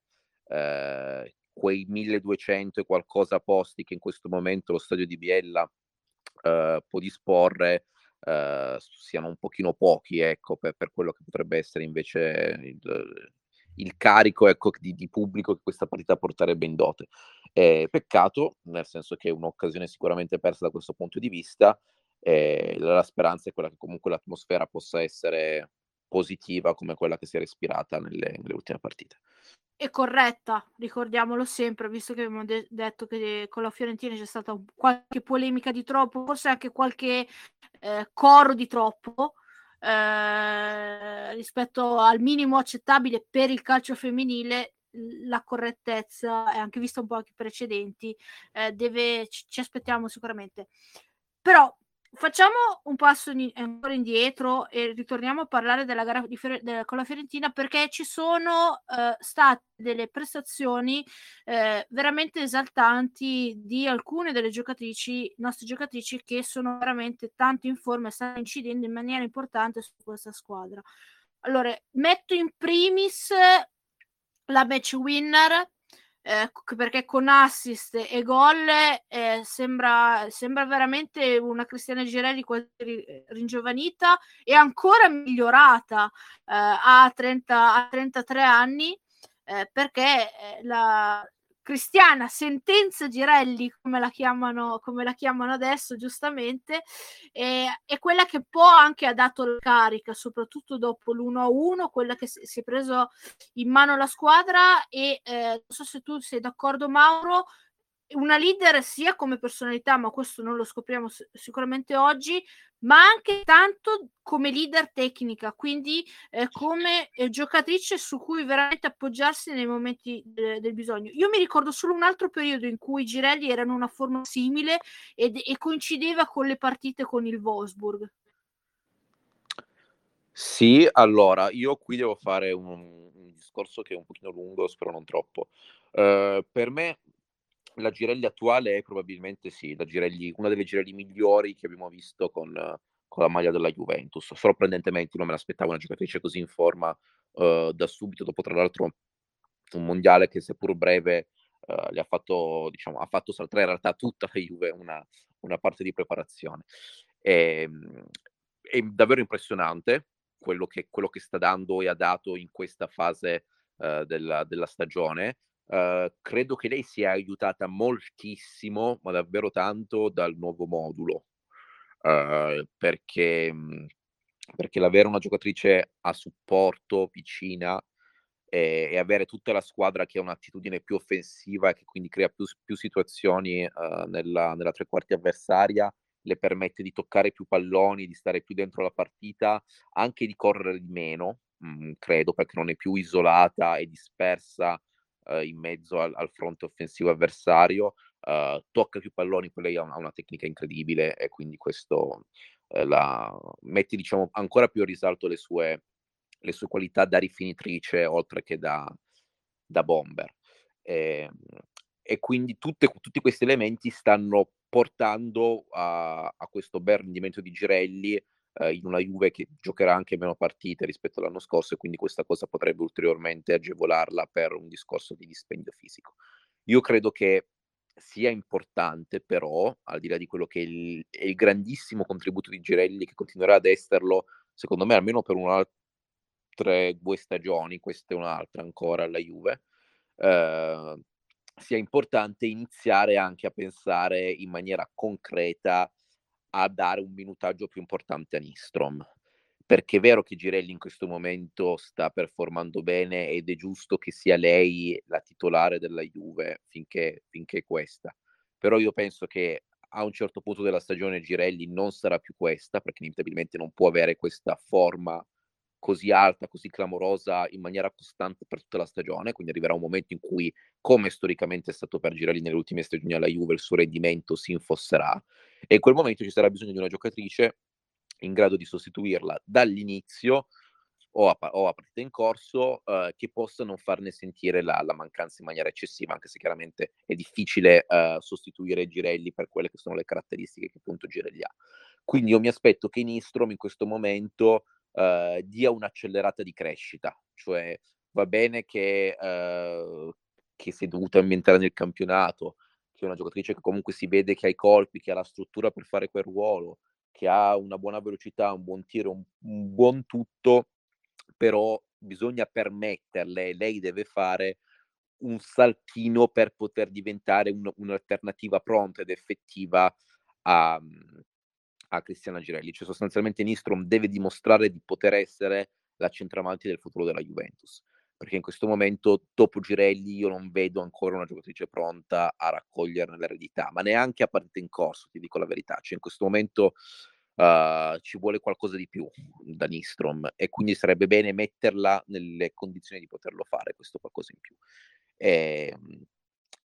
ehm, quei milleduecento e qualcosa posti che in questo momento lo stadio di Biella, uhm, può disporre, uhm, siano un pochino pochi, ecco, per per quello che potrebbe essere invece il il carico, ecco, di di pubblico che questa partita porterebbe in dote. Ehm, peccato, nel senso che è un'occasione sicuramente persa da questo punto di vista, e la speranza è quella che comunque l'atmosfera possa essere positiva come quella che si è respirata nelle nelle ultime partite. E corretta, ricordiamolo sempre, visto che abbiamo de detto che con la Fiorentina c'è stata un qualche polemica di troppo, forse anche qualche, ehm, coro di troppo, ehm, rispetto al minimo accettabile per il calcio femminile, l la correttezza, e anche visto un po' anche i precedenti, ehm, deve c ci aspettiamo sicuramente. Però facciamo un passo ni ancora indietro e ritorniamo a parlare della gara di Fiore de con la Fiorentina, perché ci sono, uhm, state delle prestazioni, ehm, veramente esaltanti di alcune delle giocatrici nostre giocatrici che sono veramente tanto in forma e stanno incidendo in maniera importante su questa squadra. Allora, metto in primis la match winner, ehm, c perché con assist e gol, ehm, sembra sembra veramente una Cristiana Girelli quasi ri ehm, ringiovanita e ancora migliorata, ehm, a trenta a trentatré anni, ehm, perché, ehm, la Cristiana Sentenza Girelli, come la chiamano come la chiamano adesso giustamente, ehm, è quella che poi anche ha dato la carica, soprattutto dopo l'uno a uno, quella che s si è preso in mano la squadra e, ehm, non so se tu sei d'accordo Mauro, una leader sia come personalità, ma questo non lo scopriamo s sicuramente oggi, ma anche tanto come leader tecnica, quindi, ehm, come, ehm, giocatrice su cui veramente appoggiarsi nei momenti de del bisogno. Io mi ricordo solo un altro periodo in cui Girelli era in una forma simile ed e coincideva con le partite con il Wolfsburg. Sì, allora io qui devo fare un un discorso che è un pochino lungo, spero non troppo. Uhm, per me la Girelli attuale è probabilmente sì, la Girelli una delle Girelli migliori che abbiamo visto con con la maglia della Juventus. Sorprendentemente non me l'aspettavo una giocatrice così in forma, uhm, da subito dopo tra l'altro un mondiale che seppur breve, uhm, le ha fatto diciamo ha fatto saltare in realtà tutta la Juve una una parte di preparazione. Ehm, è davvero impressionante quello che quello che sta dando e ha dato in questa fase, uhm, della della stagione. Uhm, credo che lei sia aiutata moltissimo, ma davvero tanto, dal nuovo modulo, uhm, perché mhmm, perché l'avere una giocatrice a supporto vicina, e e avere tutta la squadra che ha un'attitudine più offensiva e che quindi crea più s più situazioni, uhm, nella nella tre quarti avversaria, le permette di toccare più palloni, di stare più dentro la partita, anche di correre di meno, mhmm, credo, perché non è più isolata e dispersa, uhm, in mezzo al al fronte offensivo avversario, uhm, tocca più palloni, poi lei ha una ha una tecnica incredibile e quindi questo, ehm, la mette diciamo ancora più in risalto le sue le sue qualità da rifinitrice oltre che da da bomber. Ehm, e quindi tutte tutti questi elementi stanno portando a a questo bel rendimento di Girelli, ehm, in una Juve che giocherà anche meno partite rispetto all'anno scorso e quindi questa cosa potrebbe ulteriormente agevolarla per un discorso di dispendio fisico. Io credo che sia importante però, al di là di quello che è il è il grandissimo contributo di Girelli, che continuerà ad esserlo, secondo me almeno per un altre due stagioni, questa e un'altra ancora alla Juve, ehm, sia importante iniziare anche a pensare in maniera concreta a dare un minutaggio più importante a Nyström. Perché è vero che Girelli in questo momento sta performando bene ed è giusto che sia lei la titolare della Juve finché finché è questa. Però io penso che a un certo punto della stagione Girelli non sarà più questa, perché inevitabilmente non può avere questa forma così alta, così clamorosa in maniera costante per tutta la stagione, quindi arriverà un momento in cui, come storicamente è stato per Girelli nelle ultime stagioni alla Juve, il suo rendimento si infosserà e in quel momento ci sarà bisogno di una giocatrice in grado di sostituirla dall'inizio o a pa o a partita in corso, uhm, che possa non farne sentire la la mancanza in maniera eccessiva, anche se chiaramente è difficile, uhm, sostituire Girelli per quelle che sono le caratteristiche che appunto Girelli ha. Quindi io mi aspetto che Nyström in questo momento, uhm, dia un'accelerata di crescita, cioè va bene che uhm, che si è dovuta ambientare nel campionato, che è una giocatrice che comunque si vede che ha i colpi, che ha la struttura per fare quel ruolo, che ha una buona velocità, un buon tiro, un un buon tutto, però bisogna permetterle, lei deve fare un saltino per poter diventare un un'alternativa pronta ed effettiva a mhmm, a Cristiana Girelli. Cioè sostanzialmente Nyström deve dimostrare di poter essere la centravanti del futuro della Juventus, perché in questo momento dopo Girelli io non vedo ancora una giocatrice pronta a raccoglierne l'eredità, ma neanche a partita in corso, ti dico la verità. Cioè in questo momento, uhm, ci vuole qualcosa di più da Nyström e quindi sarebbe bene metterla nelle condizioni di poterlo fare questo qualcosa in più. Ehm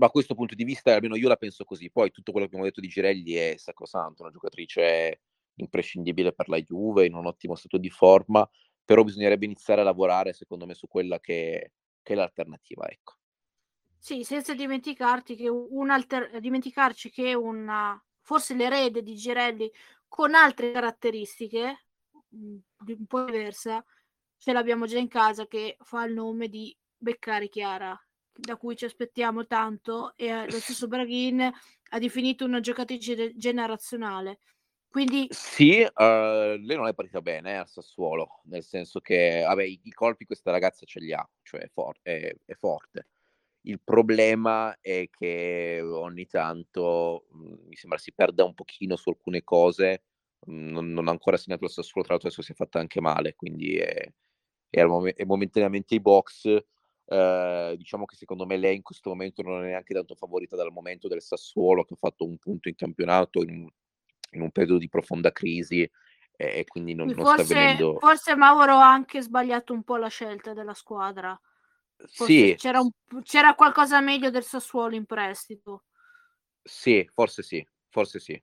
da questo punto di vista almeno io la penso così. Poi tutto quello che abbiamo detto di Girelli è sacrosanto, una giocatrice imprescindibile per la Juve, in un ottimo stato di forma, però bisognerebbe iniziare a lavorare secondo me su quella che che è l'alternativa, ecco. Sì, senza dimenticarti che un alter dimenticarci che una forse l'erede di Girelli con altre caratteristiche, mhmm, di un po' diversa, ce l'abbiamo già in casa, che fa il nome di Beccari Chiara, da cui ci aspettiamo tanto, e eh, lo stesso Braghin ha definito una giocatrice de generazionale. Quindi Sì, uhm, lei non è partita bene eh, al Sassuolo, nel senso che vabbè i i colpi questa ragazza ce li ha, cioè è for è è forte. Il problema è che ogni tanto, mhmm, mi sembra si perda un pochino su alcune cose, mhmm, non non ha ancora segnato il Sassuolo, tra l'altro adesso si è fatta anche male, quindi è è al mome è momentaneamente ai box. Ehm, diciamo che secondo me lei in questo momento non è neanche tanto favorita dal momento del Sassuolo, che ha fatto un punto in campionato in un in un periodo di profonda crisi, e e quindi non sì, non sta forse avvenendo. forse Mauro ha anche sbagliato un po' la scelta della squadra. Forse Sì, c'era s un p c'era qualcosa meglio del Sassuolo in prestito. sì, forse sì, forse sì.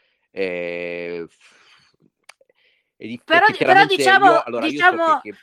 Ehm, è dif Però perché di però chiaramente io diciamo allora io so che diciamo che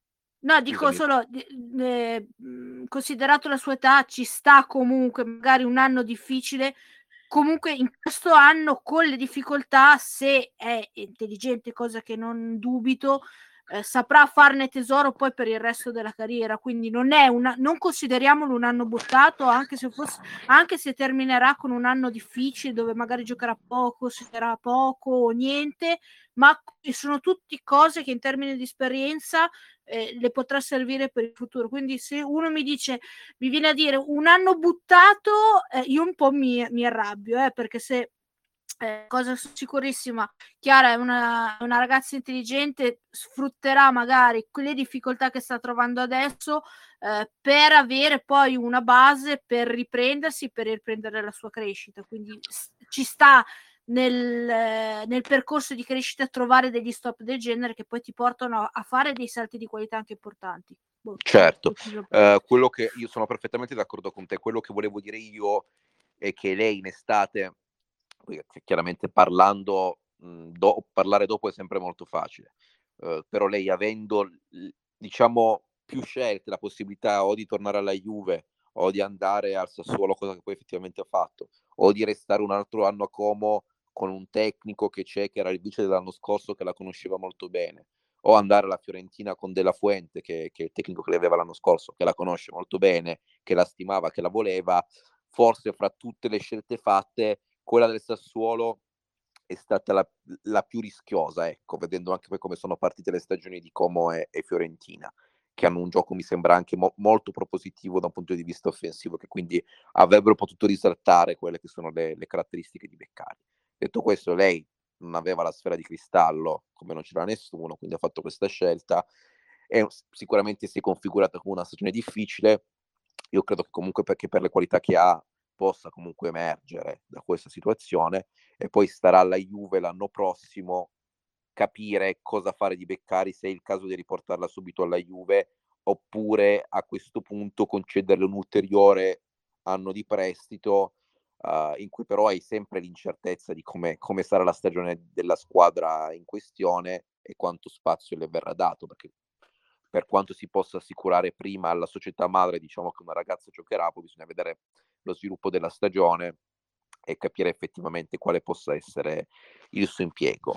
no, dico scusami. solo di ehm, mhmm, considerato la sua età, ci sta comunque magari un anno difficile, comunque in questo anno con le difficoltà, se è intelligente, cosa che non dubito, ehm, saprà farne tesoro poi per il resto della carriera. Quindi non è una non consideriamolo un anno buttato, anche se fosse anche se terminerà con un anno difficile dove magari giocherà poco, segnerà poco o niente, ma c sono tutti cose che in termini di esperienza, ehm, le potrà servire per il futuro. Quindi se uno mi dice mi viene a dire un anno buttato, eh, io un po' mi, mi arrabbio, eh, perché se, eh, cosa sono sicurissima, Chiara è una, una ragazza intelligente, sfrutterà magari quelle difficoltà che sta trovando adesso, eh, per avere poi una base per riprendersi, per riprendere la sua crescita. Quindi s- ci sta nel, eh, nel percorso di crescita trovare degli stop del genere che poi ti portano a, a fare dei salti di qualità anche importanti. Boh, vabbè, Certo, deciso per ehm, me. quello che io sono perfettamente d'accordo con te. Quello che volevo dire io è che lei in estate, poi ch chiaramente parlando mhmm, do parlare dopo è sempre molto facile, uhm, però lei avendo l diciamo più scelte, la possibilità o di tornare alla Juve o di andare al Sassuolo, cosa che poi effettivamente ha fatto, o di restare un altro anno a Como con un tecnico che c'è, che era il vice dell'anno scorso, che la conosceva molto bene, o andare alla Fiorentina con De La Fuente, che che è il tecnico che lei aveva l'anno scorso, che la conosce molto bene, che la stimava, che la voleva. Forse fra tutte le scelte fatte, quella del Sassuolo è stata la la più rischiosa, ecco, vedendo anche poi come sono partite le stagioni di Como e e Fiorentina, che hanno un gioco mi sembra anche mo molto propositivo da un punto di vista offensivo, che quindi avrebbero potuto risaltare quelle che sono le le caratteristiche di Beccari. Detto questo, lei non aveva la sfera di cristallo, come non ce l'ha nessuno, quindi ha fatto questa scelta e s sicuramente si è configurata come una stagione difficile. Io credo che comunque perché per le qualità che ha possa comunque emergere da questa situazione, e poi starà alla Juve l'anno prossimo capire cosa fare di Beccari, se è il caso di riportarla subito alla Juve, oppure a questo punto concederle un ulteriore anno di prestito, uhm, in cui però hai sempre l'incertezza di come come sarà la stagione della squadra in questione e quanto spazio le verrà dato, perché per quanto si possa assicurare prima alla società madre, diciamo, che una ragazza giocherà, poi bisogna vedere lo sviluppo della stagione e capire effettivamente quale possa essere il suo impiego.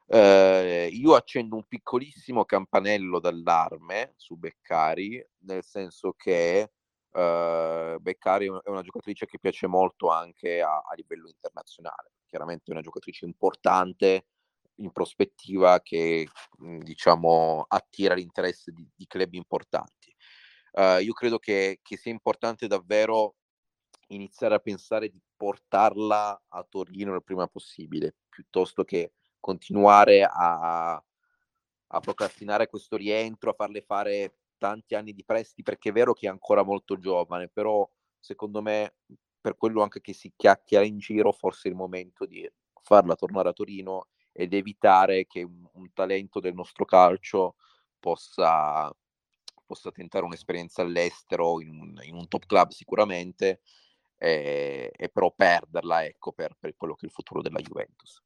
Ehm, io accendo un piccolissimo campanello d'allarme su Beccari, nel senso che, uhm, Beccari è u è una giocatrice che piace molto anche a a livello internazionale. Chiaramente è una giocatrice importante in prospettiva che, mhmm, diciamo attira l'interesse di di club importanti. Uhm, io credo che che sia importante davvero iniziare a pensare di portarla a Torino il prima possibile, piuttosto che continuare a a procrastinare questo rientro, a farle fare tanti anni di prestiti, perché è vero che è ancora molto giovane, però secondo me, per quello anche che si chiacchiera in giro, forse è il momento di farla tornare a Torino ed evitare che un un talento del nostro calcio possa possa tentare un'esperienza all'estero in un in un top club sicuramente, e, e però perderla, ecco, per, per quello che è il futuro della Juventus.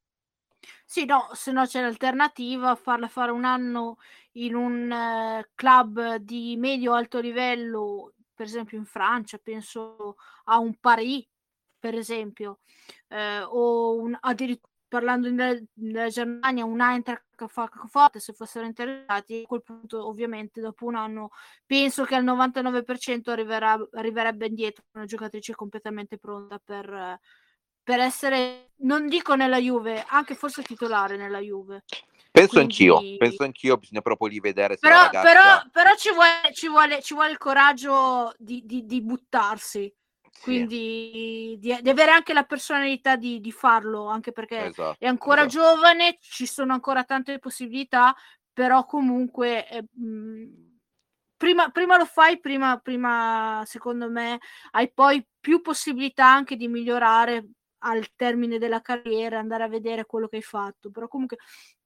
Sì, no, se no c'è l'alternativa, farla fare un anno in un eh, club di medio-alto livello, per esempio in Francia, penso a un Paris, per esempio, eh, o un, addirittura parlando in- della Germania, un Eintracht Frankfurt, se fossero interessati, a quel punto ovviamente dopo un anno penso che al novantanove per cento arriverà, arriverebbe indietro una giocatrice completamente pronta per... eh, per essere, non dico nella Juve, anche forse titolare nella Juve. Penso anch'io, Quindi, penso anch'io, bisogna proprio lì vedere se la però, però, ragazza... però ci, vuole, ci, vuole, ci vuole il coraggio di, di, di buttarsi, Sì, quindi di, di avere anche la personalità di, di farlo, anche perché è esatto, ancora esatto. giovane, ci sono ancora tante possibilità, però comunque... Eh, mh, Prima, prima lo fai, prima, prima secondo me hai poi più possibilità anche di migliorare al termine della carriera, andare a vedere quello che hai fatto. Però comunque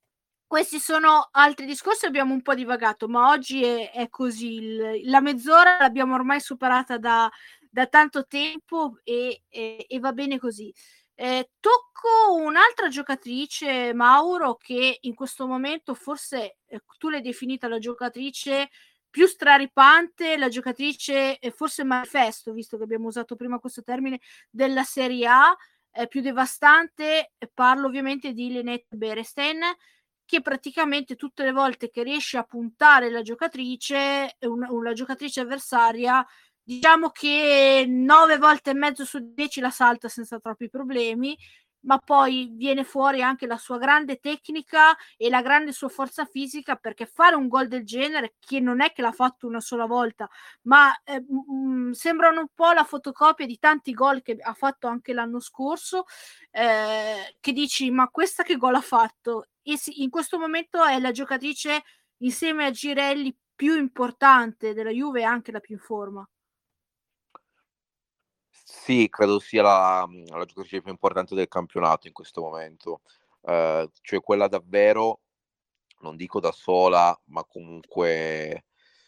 questi sono altri discorsi, abbiamo un po' divagato, ma oggi è, è così. Il, la mezz'ora l'abbiamo ormai superata da, da tanto tempo e, e, e va bene così. Eh, tocco un'altra giocatrice, Mauro, che in questo momento forse eh, tu l'hai definita la giocatrice più straripante, la giocatrice eh, forse manifesto, visto che abbiamo usato prima questo termine, della Serie A, eh, più devastante. Parlo ovviamente di Linette Berestein, che praticamente tutte le volte che riesce a puntare la giocatrice, una, una giocatrice avversaria, diciamo che nove volte e mezzo su dieci la salta senza troppi problemi, ma poi viene fuori anche la sua grande tecnica e la grande sua forza fisica, perché fare un gol del genere, che non è che l'ha fatto una sola volta, ma eh, mh, sembrano un po' la fotocopia di tanti gol che ha fatto anche l'anno scorso, eh, che dici ma questa che gol ha fatto? E sì, in questo momento è la giocatrice insieme a Girelli più importante della Juve e anche la più in forma. Sì, credo sia la, la giocatrice più importante del campionato in questo momento, eh, cioè quella davvero, non dico da sola, ma comunque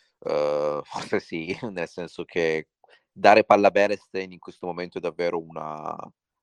eh, forse sì, nel senso che dare palla a Berestein in questo momento è davvero una...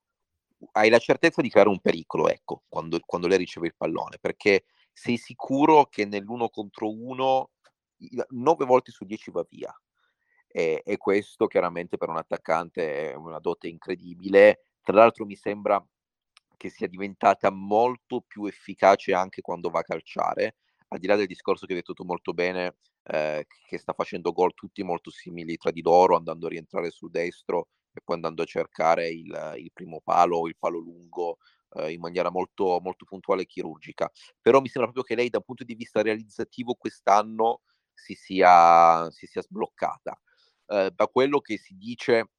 Hai la certezza di creare un pericolo, ecco, quando, quando lei riceve il pallone, perché sei sicuro che nell'uno contro uno nove volte su dieci va via. E, e questo chiaramente per un attaccante è una dote incredibile. Tra l'altro mi sembra che sia diventata molto più efficace anche quando va a calciare, al di là del discorso che hai detto tu molto bene, eh, che sta facendo gol tutti molto simili tra di loro, andando a rientrare sul destro e poi andando a cercare il, il primo palo o il palo lungo eh, in maniera molto, molto puntuale e chirurgica. Però mi sembra proprio che lei, da un punto di vista realizzativo, quest'anno si sia, si sia sbloccata. Eh, da quello che si dice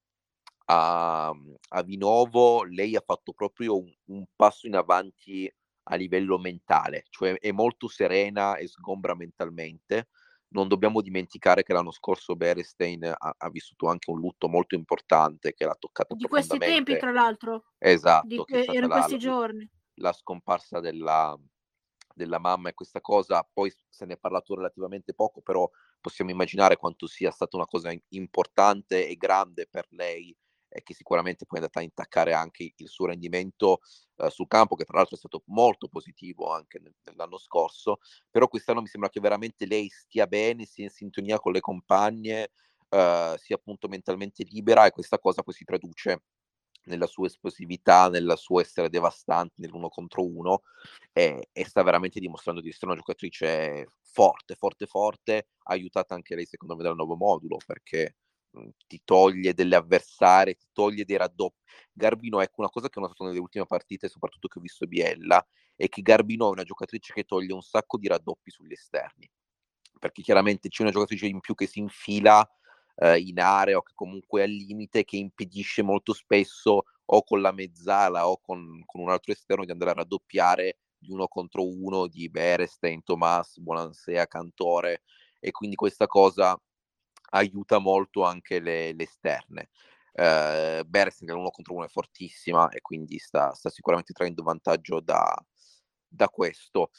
a, a Vinovo, lei ha fatto proprio un, un passo in avanti a livello mentale, cioè è molto serena e sgombra mentalmente. Non dobbiamo dimenticare che l'anno scorso Berestein ha, ha vissuto anche un lutto molto importante che l'ha toccata Di questi tempi, profondamente. tra l'altro, di, Esatto, che è eh, stata in la, questi la, giorni. la scomparsa della, della mamma, e questa cosa poi se ne è parlato relativamente poco, però possiamo immaginare quanto sia stata una cosa importante e grande per lei e che sicuramente poi è andata a intaccare anche il suo rendimento eh, sul campo, che tra l'altro è stato molto positivo anche nell'anno scorso. Però quest'anno mi sembra che veramente lei stia bene, sia in sintonia con le compagne, eh, sia appunto mentalmente libera, e questa cosa poi si traduce nella sua esplosività, nel suo essere devastante nell'uno contro uno, e, e sta veramente dimostrando di essere una giocatrice forte, forte, forte, aiutata anche lei secondo me dal nuovo modulo, perché mh, ti toglie delle avversarie, ti toglie dei raddoppi. Garbino, ecco, una cosa che ho notato nelle ultime partite, soprattutto che ho visto Biella, è che Garbino è una giocatrice che toglie un sacco di raddoppi sugli esterni, perché chiaramente c'è una giocatrice in più che si infila eh, in area o che comunque è al limite, che impedisce molto spesso o con la mezzala o con, con un altro esterno di andare a raddoppiare di uno contro uno di Berestein, Tomas, Bonansea, Cantore, e quindi questa cosa aiuta molto anche le, le esterne. Eh, Berestein uno contro uno è fortissima e quindi sta, sta sicuramente traendo vantaggio da, da questo.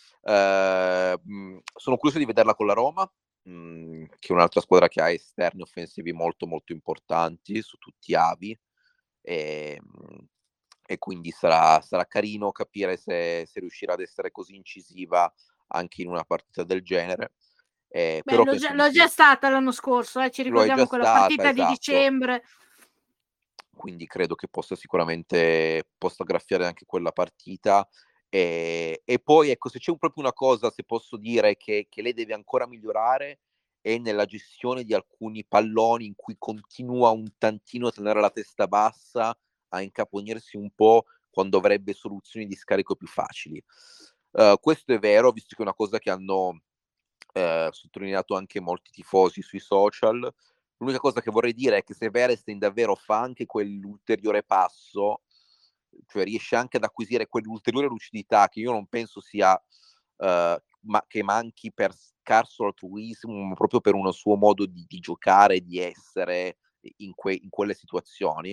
Eh, mh, sono curioso di vederla con la Roma, che è un'altra squadra che ha esterni offensivi molto molto importanti, su tutti avi, ehm, e quindi sarà sarà carino capire se se riuscirà ad essere così incisiva anche in una partita del genere, ehm, Beh, però l'ho già penso di l'ho già sì. stata l'anno scorso, eh, ci Lo è già ricordiamo quella stata, partita di esatto. dicembre. Quindi credo che possa sicuramente possa graffiare anche quella partita. Ehm, e poi ecco, se c'è un proprio una cosa, se posso dire, che che lei deve ancora migliorare, è nella gestione di alcuni palloni in cui continua un tantino a tenere la testa bassa, a incaponirsi un po' quando avrebbe soluzioni di scarico più facili. Uhm, questo è vero, visto che è una cosa che hanno, ehm, sottolineato anche molti tifosi sui social. L'unica cosa che vorrei dire è che se Berestein davvero fa anche quell'ulteriore passo, cioè riesce anche ad acquisire quell'ulteriore lucidità che io non penso sia, uhm, ma che manchi per scarso altruismo, ma proprio per uno suo modo di di giocare, di essere i in que in quelle situazioni.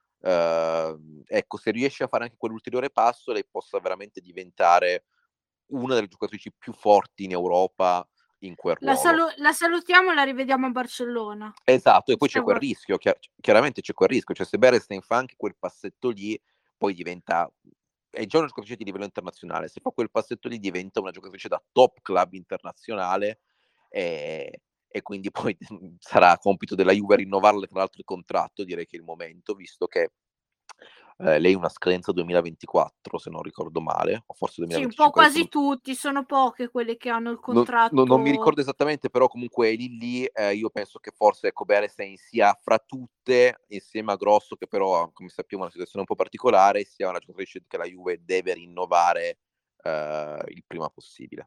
Uhm, ecco, se riesce a fare anche quell'ulteriore passo, lei possa veramente diventare una delle giocatrici più forti in Europa in quel La ruolo. salu la salutiamo e la rivediamo a Barcellona. Esatto, e poi c'è Questa quel guar rischio, chia c chiaramente c'è quel rischio, cioè se Berestein fa anche quel passetto lì, poi diventa è già una giocatrice di livello internazionale, se fa quel passetto lì diventa una giocatrice da top club internazionale, ehm, e quindi poi sarà compito della Juve rinnovarle tra l'altro il contratto, direi che è il momento, visto che, ehm, lei ha una scadenza duemilaventiquattro se non ricordo male, o forse Sì, un po' duemilaventicinque, adesso quasi non tutti, sono poche quelle che hanno il non no non mi contratto. ricordo esattamente, però comunque è lì lì, ehm, io penso che forse, ecco, Berestein sia fra tutte, insieme a Grosso, che però, come sappiamo è una situazione un po' particolare, sia una giocatrice che la Juve deve rinnovare, ehm, il prima possibile.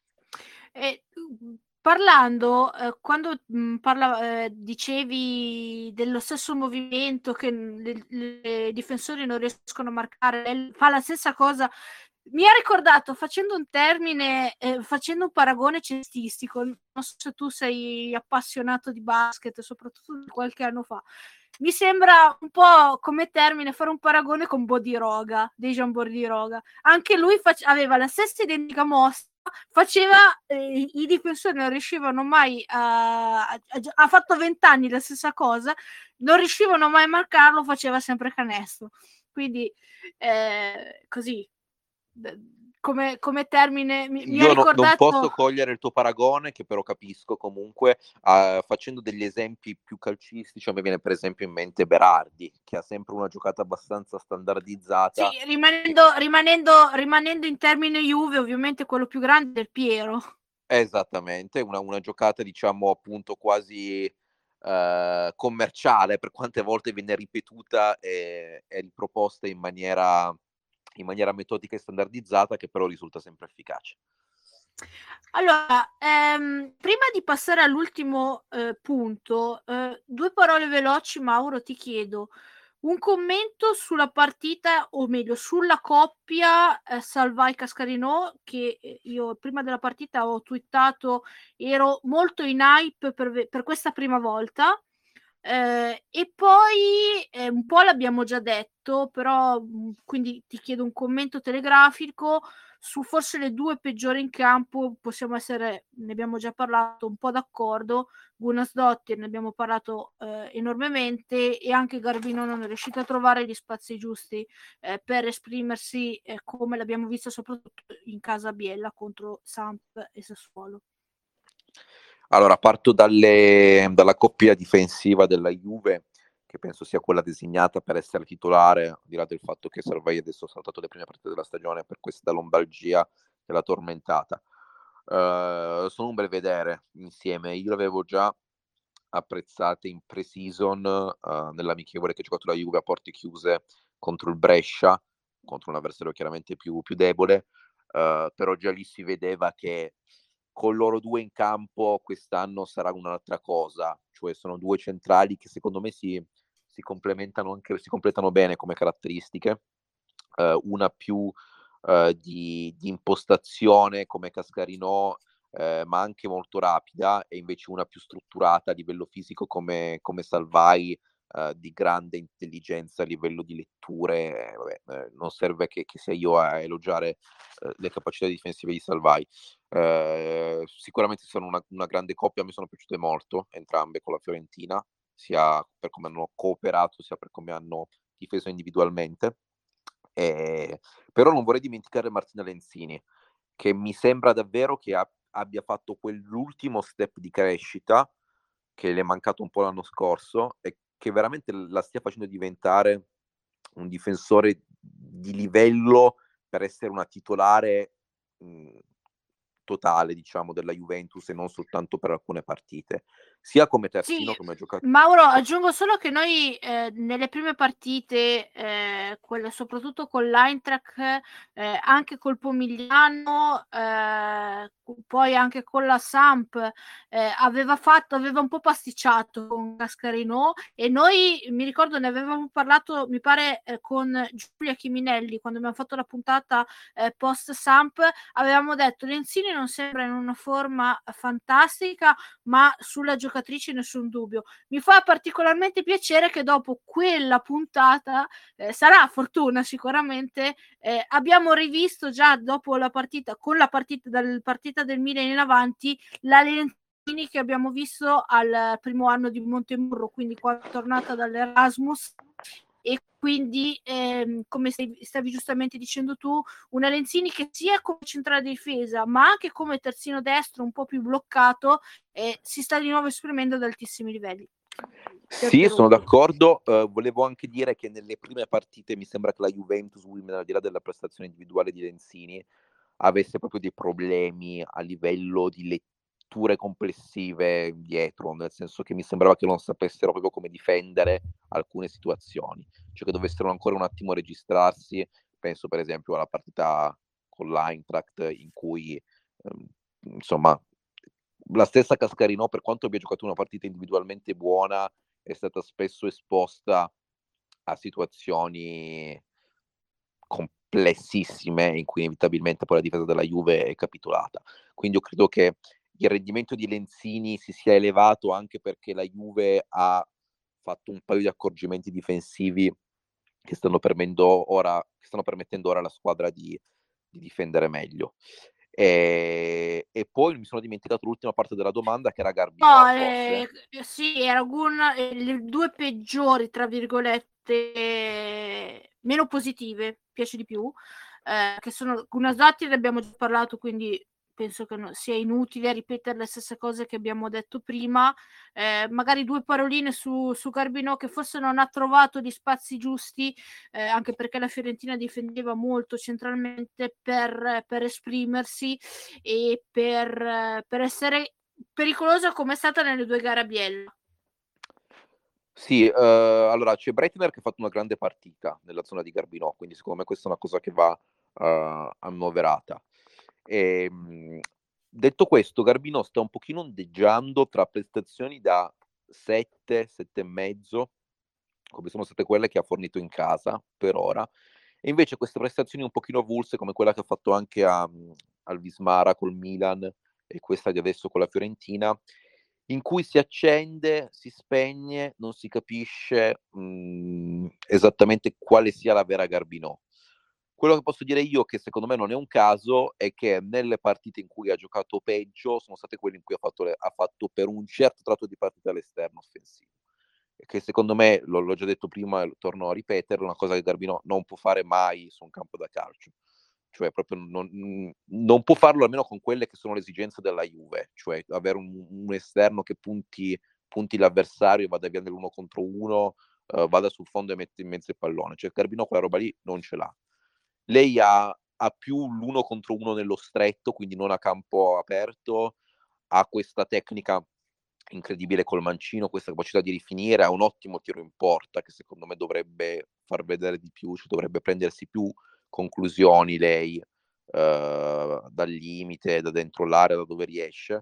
E, mhmm, parlando, ehm, quando, mhmm, parla ehm, dicevi dello stesso movimento che, mhmm, le le difensori non riescono a marcare, lei fa la stessa cosa, mi ha ricordato, facendo un termine ehm, facendo un paragone cestistico, non so se tu sei appassionato di basket, soprattutto di qualche anno fa, mi sembra un po' come termine fare un paragone con Bodiroga, Dejan Bodiroga. Anche lui fac aveva la stessa identica mossa, faceva ehm, i difensori non riuscivano mai a a a gio ha fatto venti anni la stessa cosa, non riuscivano mai a marcarlo, faceva sempre canestro. Quindi, ehm, così, d come come termine mi mi ha Io no non ricordato. posso cogliere il tuo paragone, che però capisco comunque, a facendo degli esempi più calcistici, a me viene per esempio in mente Berardi, che ha sempre una giocata abbastanza Sì, standardizzata e rimanendo rimanendo rimanendo in termine Juve, ovviamente quello più grande è il Piero. esattamente, una una giocata diciamo appunto quasi, ehm, commerciale, per quante volte viene ripetuta e e riproposta in maniera in maniera metodica e standardizzata, che però risulta sempre efficace. Allora, ehm, prima di passare all'ultimo, ehm, punto, ehm, due parole veloci, Mauro, ti chiedo un commento sulla partita, o meglio sulla coppia, ehm, Salvai-Cascarino che, ehm, io prima della partita ho twittato, ero molto in hype per ve per questa prima volta. Ehm, e poi, ehm, un po' l'abbiamo già detto, però, mhmm, quindi ti chiedo un commento telegrafico su forse le due peggiori in campo, possiamo essere, ne abbiamo già parlato, un po' d'accordo. Gunnarsdottir ne abbiamo parlato, ehm, enormemente, e anche Garvino non è riuscita a trovare gli spazi giusti, ehm, per esprimersi, ehm, come l'abbiamo visto soprattutto in casa Biella contro Samp e Sassuolo. Allora, parto dalle dalla coppia difensiva della Juve, che penso sia quella designata per essere titolare, al di là del fatto che Salvai adesso ha saltato le prime partite della stagione per questa lombalgia che l'ha tormentata. Uhm, sono un bel vedere insieme. Io l'avevo già apprezzate in pre-season, uhm, nell'amichevole che ha giocato la Juve a porte chiuse contro il Brescia, contro un avversario chiaramente più più debole, uhm, però già lì si vedeva che con loro due in campo quest'anno sarà un'altra cosa, cioè sono due centrali che secondo me si si complementano anche si completano bene come caratteristiche, uhm, una più, uhm, di di impostazione come Cascarino, ehm, ma anche molto rapida, e invece una più strutturata a livello fisico come come Salvai, uhm, di grande intelligenza a livello di letture, e vabbè, ehm, non serve che che sia io a elogiare, uhm, le capacità difensive di Salvai. Ehm, sicuramente sono una una grande coppia, a me sono piaciute molto entrambe con la Fiorentina, sia per come hanno cooperato, sia per come hanno difeso individualmente. Eh, però non vorrei dimenticare Martina Lenzini, che mi sembra davvero che a- abbia fatto quell'ultimo step di crescita che le è mancato un po' l'anno scorso e che veramente la stia facendo diventare un difensore di livello per essere una titolare mh, totale, diciamo, della Juventus e non soltanto per alcune partite, sia come terzino Sì, come ha giocato. Mauro, aggiungo solo che noi eh, nelle prime partite, eh, quelle soprattutto con l'Eintracht, eh, anche col Pomigliano, eh, poi anche con la Samp, eh, aveva fatto, aveva un po' pasticciato con Gascarino e noi, mi ricordo, ne avevamo parlato, mi pare, eh, con Giulia Chiminelli, quando abbiamo fatto la puntata eh, post Samp, avevamo detto Lenzini non sembra in una forma fantastica, ma sulla giocatrice nessun dubbio. Mi fa particolarmente piacere che dopo quella puntata, eh, sarà fortuna sicuramente, eh, abbiamo rivisto già dopo la partita, con la partita, dal partita del Milan in avanti, la Lenzini che abbiamo visto al primo anno di Montemurro, quindi quando è tornata dall'Erasmus. E quindi, ehm, come stavi, stavi giustamente dicendo tu, una Lenzini che sia come centrale di difesa, ma anche come terzino destro un po' più bloccato, eh, si sta di nuovo esprimendo ad altissimi livelli. Sì, sono d'accordo. Uh, volevo anche dire che nelle prime partite mi sembra che la Juventus Women, al di là della prestazione individuale di Lenzini, avesse proprio dei problemi a livello di letture complessive dietro, nel senso che mi sembrava che non sapessero proprio come difendere alcune situazioni, cioè che dovessero ancora un attimo registrarsi. Penso per esempio alla partita con l'Eintracht in cui ehm, insomma la stessa Cascarino, per quanto abbia giocato una partita individualmente buona, è stata spesso esposta a situazioni complessissime in cui inevitabilmente poi la difesa della Juve è capitolata. Quindi io credo che il rendimento di Lenzini si sia elevato anche perché la Juve ha fatto un paio di accorgimenti difensivi che stanno permettendo ora, che stanno permettendo ora alla squadra di, di difendere meglio. E, e poi mi sono dimenticato l'ultima parte della domanda, che era Garbinò, No, forse. eh, sì, era una, eh, le due peggiori, tra virgolette, meno positive, piace di più, eh, che sono Gunazzatti, ne abbiamo già parlato, quindi penso che no, sia inutile ripetere le stesse cose che abbiamo detto prima. Eh, magari due paroline su, su Garbinò, che forse non ha trovato gli spazi giusti, eh, anche perché la Fiorentina difendeva molto centralmente per, per esprimersi e per, per essere pericolosa come è stata nelle due gare a Biella. Sì, uh, allora c'è Breitner che ha fatto una grande partita nella zona di Garbinò, quindi secondo me questa è una cosa che va uh, annoverata. E, mh, detto questo, Garbinò sta un pochino ondeggiando tra prestazioni da sette, sette e mezzo, come sono state quelle che ha fornito in casa per ora, e invece queste prestazioni un pochino avulse, come quella che ha fatto anche a, al Vismara col Milan e questa di adesso con la Fiorentina, in cui si accende, si spegne, non si capisce mh, esattamente quale sia la vera Garbinò. Quello che posso dire io, che secondo me non è un caso, è che nelle partite in cui ha giocato peggio sono state quelle in cui ha fatto, le, ha fatto per un certo tratto di partita all'esterno offensivo. E che secondo me, lo, l'ho già detto prima e torno a ripetere, una cosa che Garbinò non può fare mai su un campo da calcio. Cioè proprio non, non può farlo almeno con quelle che sono le esigenze della Juve, cioè avere un, un esterno che punti, punti l'avversario, vada via nell'uno contro uno, uh, vada sul fondo e mette in mezzo il pallone. Cioè Garbinò quella roba lì non ce l'ha. Lei ha, ha più l'uno contro uno nello stretto, quindi non a campo aperto, ha questa tecnica incredibile col mancino, questa capacità di rifinire, ha un ottimo tiro in porta che secondo me dovrebbe far vedere di più, cioè dovrebbe prendersi più conclusioni lei eh, dal limite, da dentro l'area, da dove riesce.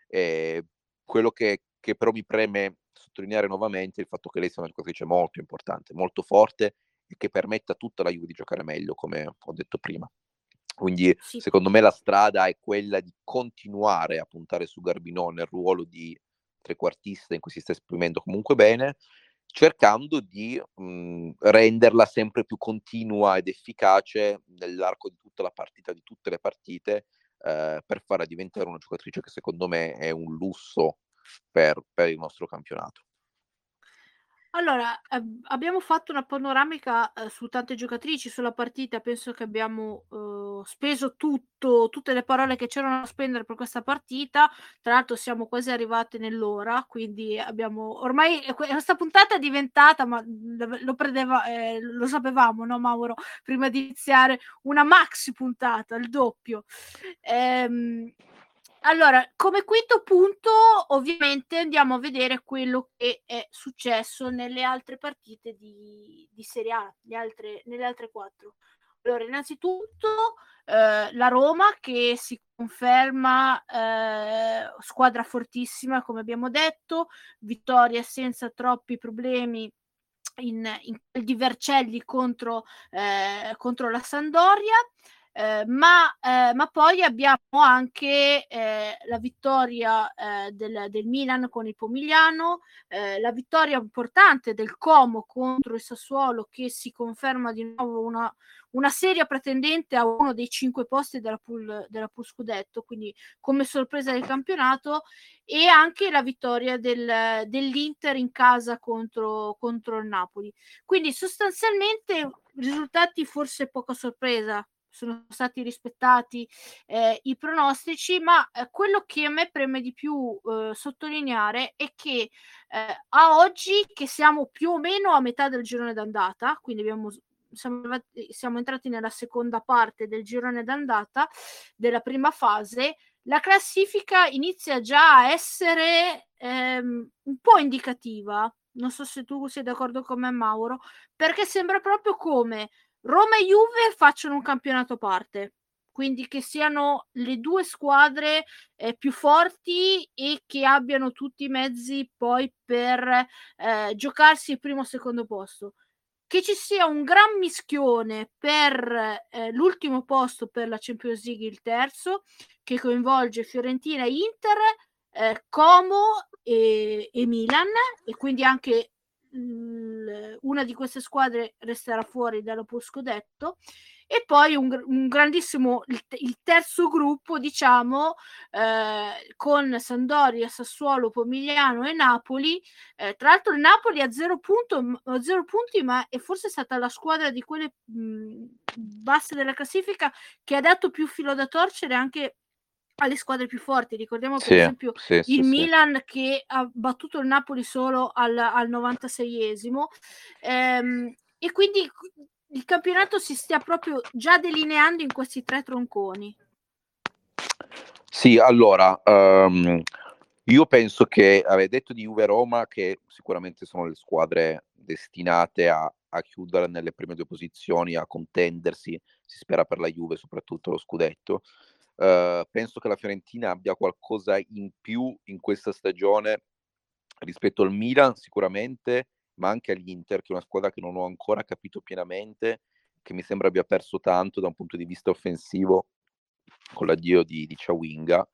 E quello che, che però mi preme sottolineare nuovamente è il fatto che lei sia una giocatrice molto importante, molto forte e che permetta a tutta la Juve di giocare meglio, come ho detto prima. Quindi Sì. secondo me la strada è quella di continuare a puntare su Garbinò nel ruolo di trequartista in cui si sta esprimendo comunque bene, cercando di mh, renderla sempre più continua ed efficace nell'arco di tutta la partita, di tutte le partite, eh, per farla diventare una giocatrice che secondo me è un lusso per, per il nostro campionato. Allora, ab abbiamo fatto una panoramica, uhm, su tante giocatrici sulla partita, penso che abbiamo, uhm, speso tutto tutte le parole che c'erano da spendere per questa partita. Tra l'altro siamo quasi arrivate nell'ora, quindi abbiamo ormai e que questa puntata è diventata, ma, mhmm, l lo prendeva ehm, lo sapevamo, no, Mauro, prima di iniziare, una maxi puntata, il doppio. Ehm, allora, come quinto punto, ovviamente andiamo a vedere quello che è successo nelle altre partite di di Serie A, le altre nelle altre quattro. Allora, innanzitutto, ehm, la Roma che si conferma, ehm, squadra fortissima come abbiamo detto, vittoria senza troppi problemi in in quel di Vercelli contro ehm, contro la Sampdoria, ehm, ma ehm, ma poi abbiamo anche, ehm, la vittoria, ehm, del del Milan con il Pomigliano, ehm, la vittoria importante del Como contro il Sassuolo che si conferma di nuovo una una seria pretendente a uno dei cinque posti della pool della pool scudetto, quindi come sorpresa del campionato, e anche la vittoria del dell'Inter in casa contro contro il Napoli. Quindi sostanzialmente risultati forse poco a sorpresa, sono stati rispettati, ehm, i pronostici, ma, ehm, quello che a me preme di più, uhm, sottolineare è che, ehm, a oggi che siamo più o meno a metà del girone d'andata, quindi abbiamo s siamo arrivati siamo entrati nella seconda parte del girone d'andata della prima fase, la classifica inizia già a essere, ehm, un po' indicativa. Non so se tu sei d'accordo con me, Mauro, perché sembra proprio come Roma e Juve facciano un campionato a parte, quindi che siano le due squadre, ehm, più forti e che abbiano tutti i mezzi poi per, ehm, giocarsi il primo o secondo posto. Che ci sia un gran mischione per, ehm, l'ultimo posto per la Champions League, il terzo, che coinvolge Fiorentina e Inter, ehm, Como e e Milan, e quindi anche l una di queste squadre resterà fuori dalla pool scudetto, e poi un gr un grandissimo il t il terzo gruppo diciamo, ehm, con Sampdoria, Sassuolo, Pomigliano e Napoli. Ehm, tra l'altro il Napoli ha zero punto m zero punti, ma è forse stata la squadra di quelle, mhmm, basse della classifica che ha dato più filo da torcere anche alle squadre più forti. Ricordiamo per Sì, esempio sì, sì, il sì. Milan che ha battuto il Napoli solo al al novantaseiesimo. Ehm, e quindi q il campionato si stia proprio già delineando in questi tre tronconi. Sì, allora, uhm, io penso che avevi detto di Juve e Roma che sicuramente sono le squadre destinate a a chiudere nelle prime due posizioni, a contendersi, si spera per la Juve soprattutto lo scudetto. Uhm, penso che la Fiorentina abbia qualcosa in più in questa stagione rispetto al Milan sicuramente, ma anche all'Inter, che è una squadra che non ho ancora capito pienamente, che mi sembra abbia perso tanto da un punto di vista offensivo con l'addio di di Chawinga.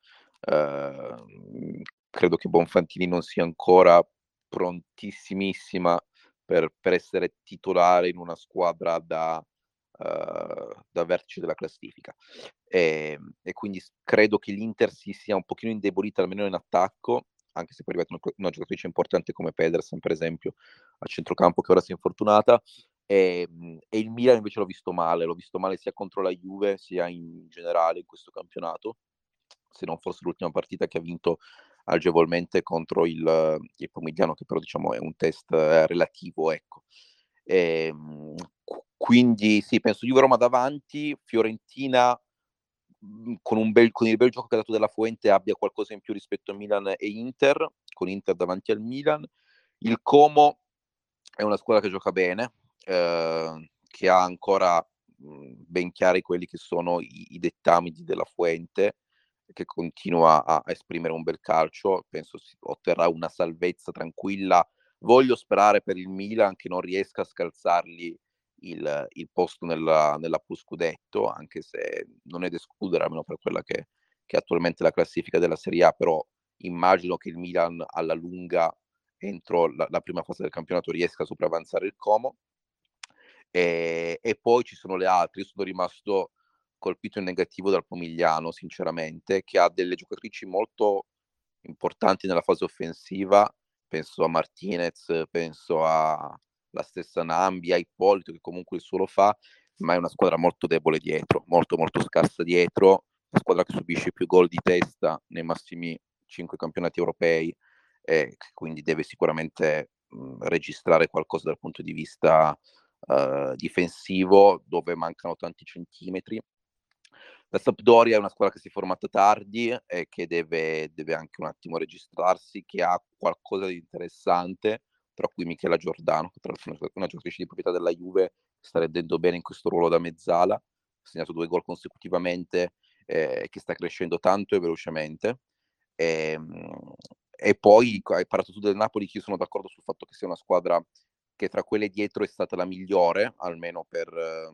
Uhm, credo che Bonfantini non sia ancora prontissimissima per per essere titolare in una squadra da uhm, da vertice della classifica. Ehm, e quindi s credo che l'Inter si sia un pochino indebolita almeno in attacco, anche se poi è arrivata una co una giocatrice importante come Pedersen, per esempio, a centrocampo, che ora si è infortunata. Ehm, e il Milan invece l'ho visto male, l'ho visto male sia contro la Juve, sia in generale in questo campionato, se non fosse l'ultima partita che ha vinto agevolmente contro il il Pomigliano, che però diciamo è un test eh, relativo, ecco. Ehm, qu quindi sì, penso Juve Roma davanti, Fiorentina, mhmm, con un bel con il bel gioco che ha dato De La Fuente abbia qualcosa in più rispetto a Milan e Inter, con Inter davanti al Milan. Il Como è una squadra che gioca bene, ehm, che ha ancora, mhmm, ben chiari quelli che sono i i dettami di De La Fuente, che continua a a esprimere un bel calcio. Penso si otterrà una salvezza tranquilla. Voglio sperare per il Milan che non riesca a scalzargli il il posto nella nella pool scudetto, anche se non è da escludere, almeno per quella che che è attualmente la classifica della Serie A, però immagino che il Milan alla lunga, entro la la prima fase del campionato, riesca a sopravanzare il Como. Ehm, e poi ci sono le altre. Io sono rimasto colpito in negativo dal Pomigliano sinceramente, che ha delle giocatrici molto importanti nella fase offensiva penso a Martinez, penso a la stessa Nambi, a Ippolito che comunque il suo lo fa, ma è una squadra molto debole dietro, molto molto scarsa dietro, una squadra che subisce più gol di testa nei massimi cinque campionati europei, e quindi deve sicuramente mh, registrare qualcosa dal punto di vista uh, difensivo, dove mancano tanti centimetri. La Sampdoria è una squadra che si è formata tardi e che deve, deve anche un attimo registrarsi, che ha qualcosa di interessante, tra cui Michela Giordano, che tra l'altro è una giocatrice di proprietà della Juve, sta rendendo bene in questo ruolo da mezzala, ha segnato due gol consecutivamente, eh, che sta crescendo tanto e velocemente. E, e poi hai parlato tu del Napoli, che io sono d'accordo sul fatto che sia una squadra che tra quelle dietro è stata la migliore, almeno per,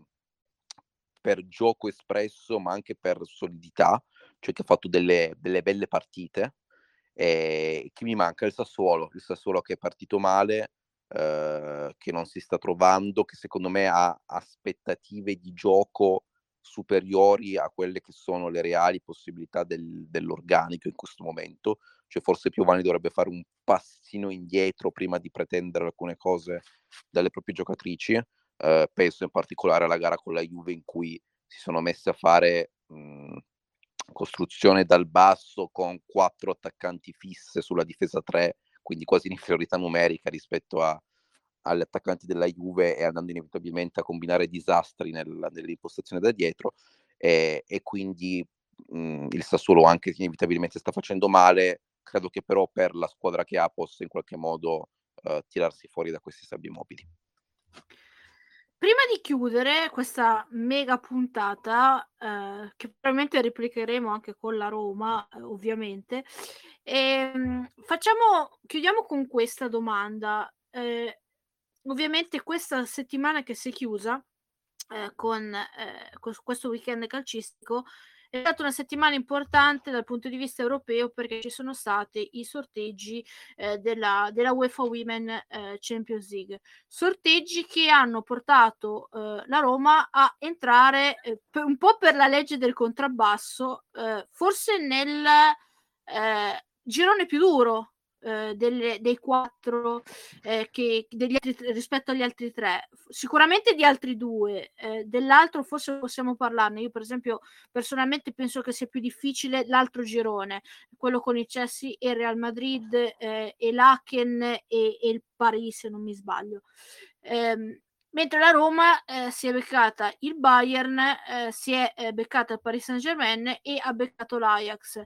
per gioco espresso, ma anche per solidità, cioè che ha fatto delle, delle belle partite. E chi mi manca? Il Sassuolo, il Sassuolo che è partito male, eh, che non si sta trovando, che secondo me ha aspettative di gioco superiori a quelle che sono le reali possibilità del, dell'organico in questo momento, cioè forse Piovani dovrebbe fare un passino indietro prima di pretendere alcune cose dalle proprie giocatrici. Eh, penso in particolare alla gara con la Juve in cui si sono messe a fare mh, costruzione dal basso con quattro attaccanti fisse sulla difesa tre, quindi quasi in inferiorità numerica rispetto a, agli attaccanti della Juve, e andando inevitabilmente a combinare disastri nel, nell'impostazione da dietro, e, e quindi mh, il Sassuolo anche inevitabilmente sta facendo male. Credo che però per la squadra che ha possa in qualche modo uh, tirarsi fuori da questi sabbie mobili. Prima di chiudere questa mega puntata, eh, che probabilmente replicheremo anche con la Roma, eh, ovviamente, ehm, facciamo, chiudiamo con questa domanda. Eh, ovviamente questa settimana che si è chiusa, eh, con, eh, con questo weekend calcistico, è stata una settimana importante dal punto di vista europeo, perché ci sono stati i sorteggi eh, della, della UEFA Women eh, Champions League, sorteggi che hanno portato eh, la Roma a entrare eh, per, un po' per la legge del contrabbasso, eh, forse nel eh, girone più duro eh, delle, dei quattro eh, che degli altri, rispetto agli altri tre, sicuramente di altri due, eh, dell'altro forse possiamo parlarne. Io per esempio personalmente penso che sia più difficile l'altro girone, quello con il Chelsea e il Real Madrid, eh, e l'Aken e, e il Paris, se non mi sbaglio. Eh, mentre la Roma eh, si è beccata il Bayern, eh, si è eh, beccata il Paris Saint-Germain e ha beccato l'Ajax.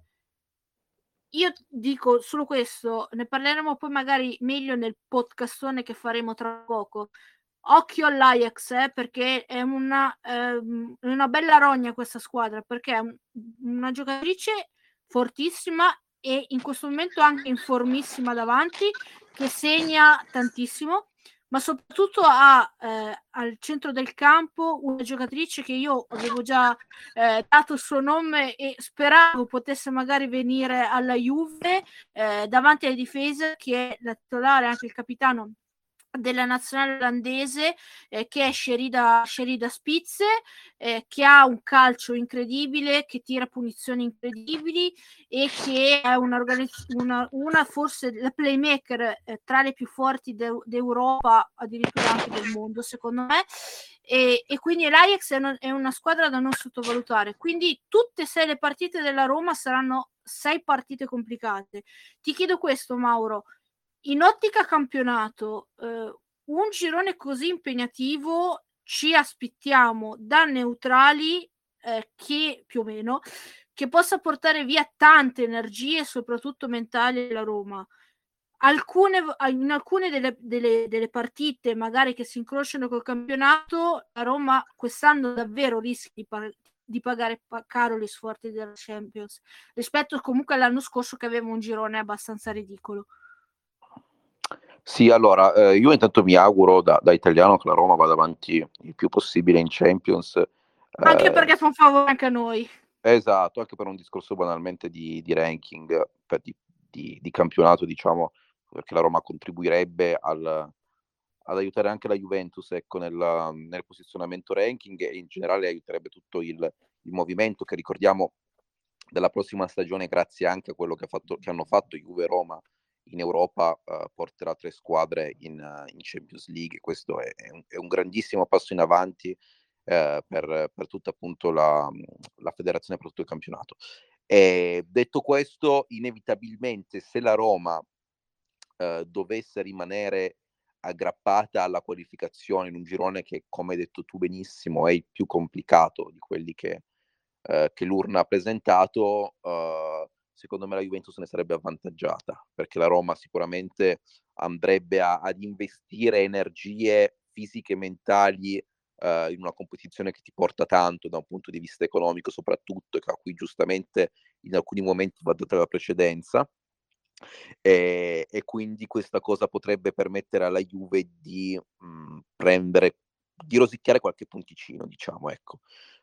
Io dico solo questo, ne parleremo poi magari meglio nel podcastone che faremo tra poco. Occhio all'Ajax, eh, perché è una, ehm, una bella rogna questa squadra, perché è un, una giocatrice fortissima e in questo momento anche in formissima davanti, che segna tantissimo, ma soprattutto ha eh, al centro del campo una giocatrice che io avevo già eh, dato il suo nome e speravo potesse magari venire alla Juve, eh, davanti alle difese, che è la titolare, anche il capitano della nazionale olandese, eh, che è Sherida, Sherida Spitze, eh, che ha un calcio incredibile, che tira punizioni incredibili e che è una, una, una forse la playmaker eh, tra le più forti de- d'Europa, addirittura anche del mondo secondo me, e, e quindi l'Ajax è una, è una squadra da non sottovalutare. Quindi tutte e sei le partite della Roma saranno sei partite complicate. Ti chiedo questo, Mauro: in ottica campionato, eh, un girone così impegnativo ci aspettiamo da neutrali, eh, che più o meno che possa portare via tante energie, soprattutto mentali, alla Roma. Alcune, in alcune delle, delle, delle partite magari che si incrociano col campionato, la Roma quest'anno davvero rischia di, par- di pagare caro gli sforzi della Champions, rispetto comunque all'anno scorso che aveva un girone abbastanza ridicolo. Sì, allora, eh, io intanto mi auguro da, da italiano che la Roma vada avanti il più possibile in Champions. Anche Eh, perché fa un favore anche a noi. esatto, anche per un discorso banalmente di, di ranking, per di, di, di campionato, diciamo, perché la Roma contribuirebbe al, ad aiutare anche la Juventus, ecco, nel, nel posizionamento ranking, e in generale aiuterebbe tutto il, il movimento che, ricordiamo, della prossima stagione, grazie anche a quello che, ha fatto, che hanno fatto Juve e Roma in Europa uh, porterà tre squadre in, uh, in Champions League. Questo è, è, un, è un grandissimo passo in avanti uh, per, per tutta appunto la, la federazione, per tutto il campionato. E detto questo, inevitabilmente se la Roma uh, dovesse rimanere aggrappata alla qualificazione in un girone che, come hai detto tu benissimo, è il più complicato di quelli che, uh, che l'urna ha presentato, uh, secondo me la Juventus ne sarebbe avvantaggiata, perché la Roma sicuramente andrebbe a, ad investire energie fisiche e mentali uh, in una competizione che ti porta tanto da un punto di vista economico soprattutto, e a cui giustamente in alcuni momenti va data la precedenza. E, e quindi questa cosa potrebbe permettere alla Juve di mh, prendere, di rosicchiare qualche punticino, diciamo, ecco.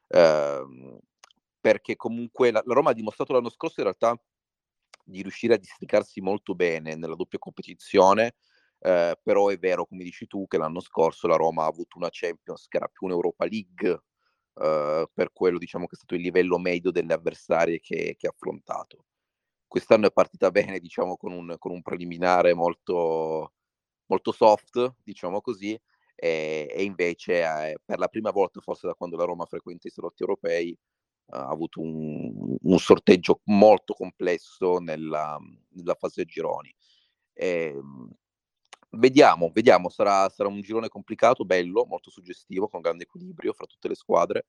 Ehm, perché comunque la, la Roma ha dimostrato l'anno scorso in realtà di riuscire a districarsi molto bene nella doppia competizione, eh, però è vero, come dici tu, che l'anno scorso la Roma ha avuto una Champions che era più un'Europa League, eh, per quello diciamo che è stato il livello medio delle avversarie che, che ha affrontato. Quest'anno è partita bene, diciamo, con un, con un preliminare molto, molto soft, diciamo così, e, e invece eh, per la prima volta, forse da quando la Roma frequenta i salotti europei, ha avuto un, un sorteggio molto complesso nella, nella fase a gironi. E, vediamo, vediamo, sarà, sarà un girone complicato, bello, molto suggestivo, con grande equilibrio fra tutte le squadre.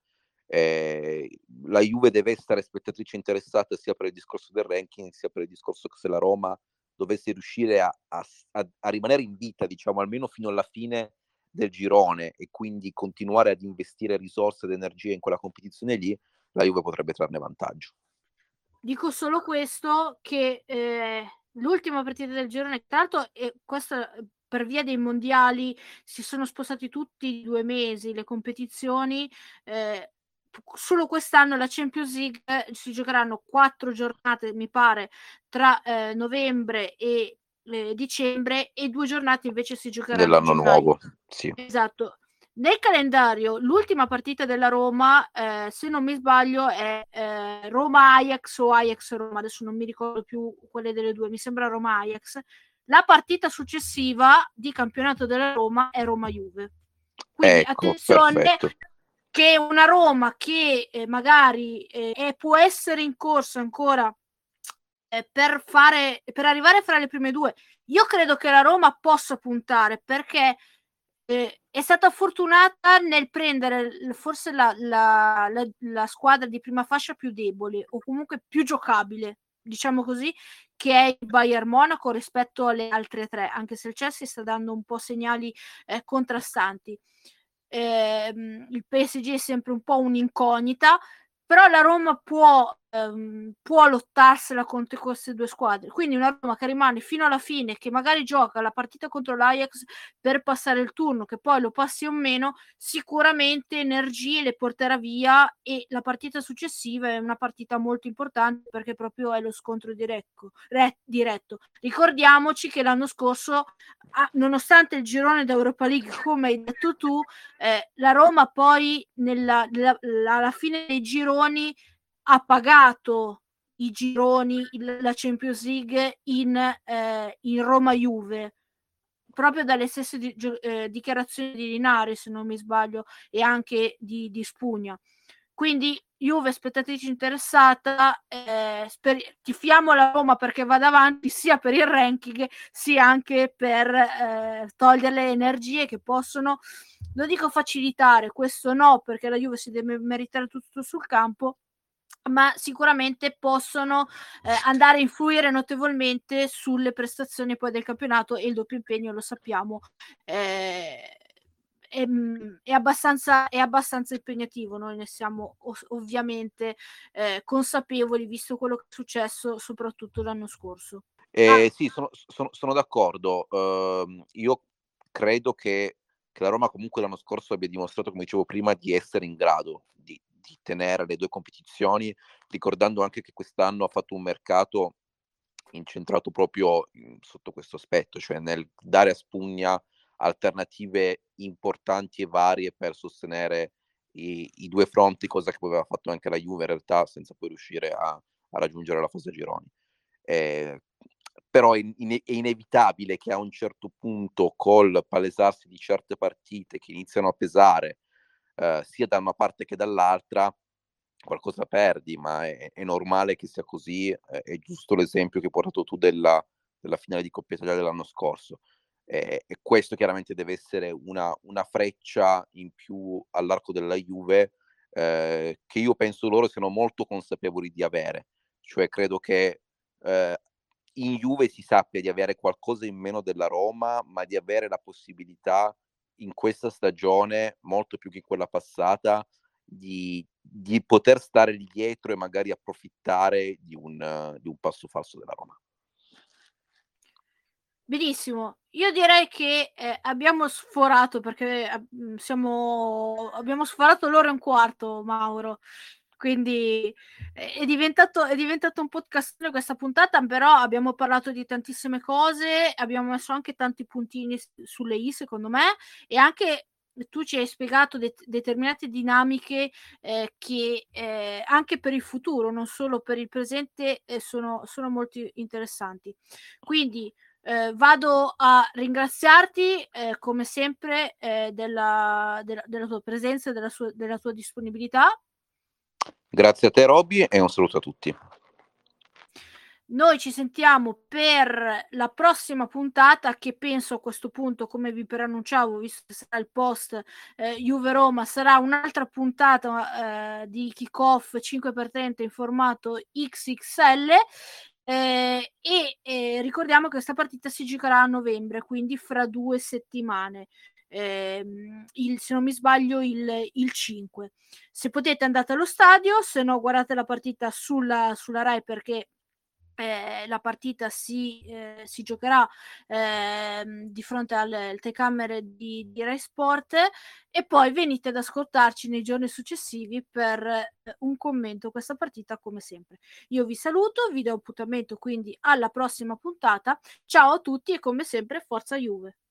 Eh, la Juve deve essere spettatrice interessata sia per il discorso del ranking sia per il discorso che se la Roma dovesse riuscire a, a, a rimanere in vita, diciamo, almeno fino alla fine del girone, e quindi continuare ad investire risorse ed energie in quella competizione lì, la Juve potrebbe trarne vantaggio. Dico solo questo, che eh, l'ultima partita del girone, tra l'altro, e questo per via dei mondiali si sono spostati tutti i due mesi le competizioni, eh, solo quest'anno la Champions League eh, si giocheranno quattro giornate, mi pare, tra eh, novembre e eh, dicembre, e due giornate invece si giocheranno nell'anno a gennaio. Nuovo, sì. Esatto. Nel calendario, l'ultima partita della Roma, eh, se non mi sbaglio, è eh, Roma-Ajax o Ajax-Roma, adesso non mi ricordo più quelle delle due, mi sembra Roma-Ajax. La partita successiva di campionato della Roma è Roma-Juve. Quindi ecco, attenzione, perfetto. che una Roma che eh, magari eh, può essere in corso ancora eh, per fare, per arrivare fra le prime due, io credo che la Roma possa puntare, perché eh, è stata fortunata nel prendere forse la, la, la, la squadra di prima fascia più debole, o comunque più giocabile, diciamo così, che è il Bayern Monaco rispetto alle altre tre, anche se il Chelsea sta dando un po' segnali eh, contrastanti. Eh, il P S G è sempre un po' un'incognita, però la Roma può, ehm, può lottarsela contro queste due squadre, quindi una Roma che rimane fino alla fine, che magari gioca la partita contro l'Ajax per passare il turno, che poi lo passi o meno, sicuramente energie le porterà via, e la partita successiva è una partita molto importante perché proprio è lo scontro diretto. Re, diretto. Ricordiamoci che l'anno scorso, ah, nonostante il girone d'Europa League, come hai detto tu, eh, la Roma poi nella, nella, alla fine dei gironi ha pagato i gironi, il, la Champions League in, eh, in Roma-Juve, proprio dalle stesse di, eh, dichiarazioni di Linari, se non mi sbaglio, e anche di, di Spugna. Quindi Juve spettatrice interessata, eh, sper- tifiamo la Roma perché vada avanti sia per il ranking sia anche per eh, togliere le energie che possono, lo dico, facilitare, questo no, perché la Juve si deve meritare tutto sul campo, ma sicuramente possono eh, andare a influire notevolmente sulle prestazioni poi del campionato, e il doppio impegno, lo sappiamo, eh, è, è, abbastanza, è abbastanza impegnativo. Noi ne siamo ov- ovviamente eh, consapevoli, visto quello che è successo soprattutto l'anno scorso. Eh, Ah, sì, sono, sono, sono d'accordo. Uh, io credo che, che la Roma comunque l'anno scorso abbia dimostrato, come dicevo prima, di essere in grado di, di tenere le due competizioni, ricordando anche che quest'anno ha fatto un mercato incentrato proprio in, sotto questo aspetto, cioè nel dare a Spugna alternative importanti e varie per sostenere i, i due fronti, cosa che aveva fatto anche la Juve in realtà, senza poi riuscire a, a raggiungere la fase gironi. Eh, però è, in- è inevitabile che a un certo punto, col palesarsi di certe partite che iniziano a pesare, eh, sia da una parte che dall'altra, qualcosa perdi, ma è, è normale che sia così. eh, È giusto l'esempio che hai portato tu della, della finale di Coppa Italia dell'anno scorso. Eh, E questo chiaramente deve essere una, una freccia in più all'arco della Juve, eh, che io penso loro siano molto consapevoli di avere. Cioè credo che eh, in Juve si sappia di avere qualcosa in meno della Roma, ma di avere la possibilità in questa stagione, molto più che in quella passata, di, di poter stare lì dietro e magari approfittare di un, uh, di un passo falso della Roma. Benissimo, io direi che eh, abbiamo sforato perché eh, siamo, abbiamo sforato l'ora e un quarto, Mauro. Quindi eh, è diventato, è diventato un podcast questa puntata, però abbiamo parlato di tantissime cose, abbiamo messo anche tanti puntini sulle i, secondo me, e anche tu ci hai spiegato de- determinate dinamiche eh, che eh, anche per il futuro, non solo per il presente, eh, sono, sono molto interessanti. Quindi eh, vado a ringraziarti eh, come sempre eh, della, della, della tua presenza e della, sua, della tua disponibilità. Grazie a te Robby e un saluto a tutti. Noi ci sentiamo per la prossima puntata, che penso a questo punto, come vi preannunciavo, visto che sarà il post eh, Juve Roma, sarà un'altra puntata eh, di Kickoff cinque per trenta in formato X X L. Eh, e eh, ricordiamo che questa partita si giocherà a novembre, quindi fra due settimane. Eh, il, se non mi sbaglio il, il cinque. Se potete andate allo stadio, se no guardate la partita sulla, sulla Rai, perché eh, la partita si, eh, si giocherà eh, di fronte alle telecamere di, di Rai Sport, e poi venite ad ascoltarci nei giorni successivi per eh, un commento a questa partita come sempre. Io vi saluto, vi do appuntamento quindi alla prossima puntata. Ciao a tutti e come sempre forza Juve.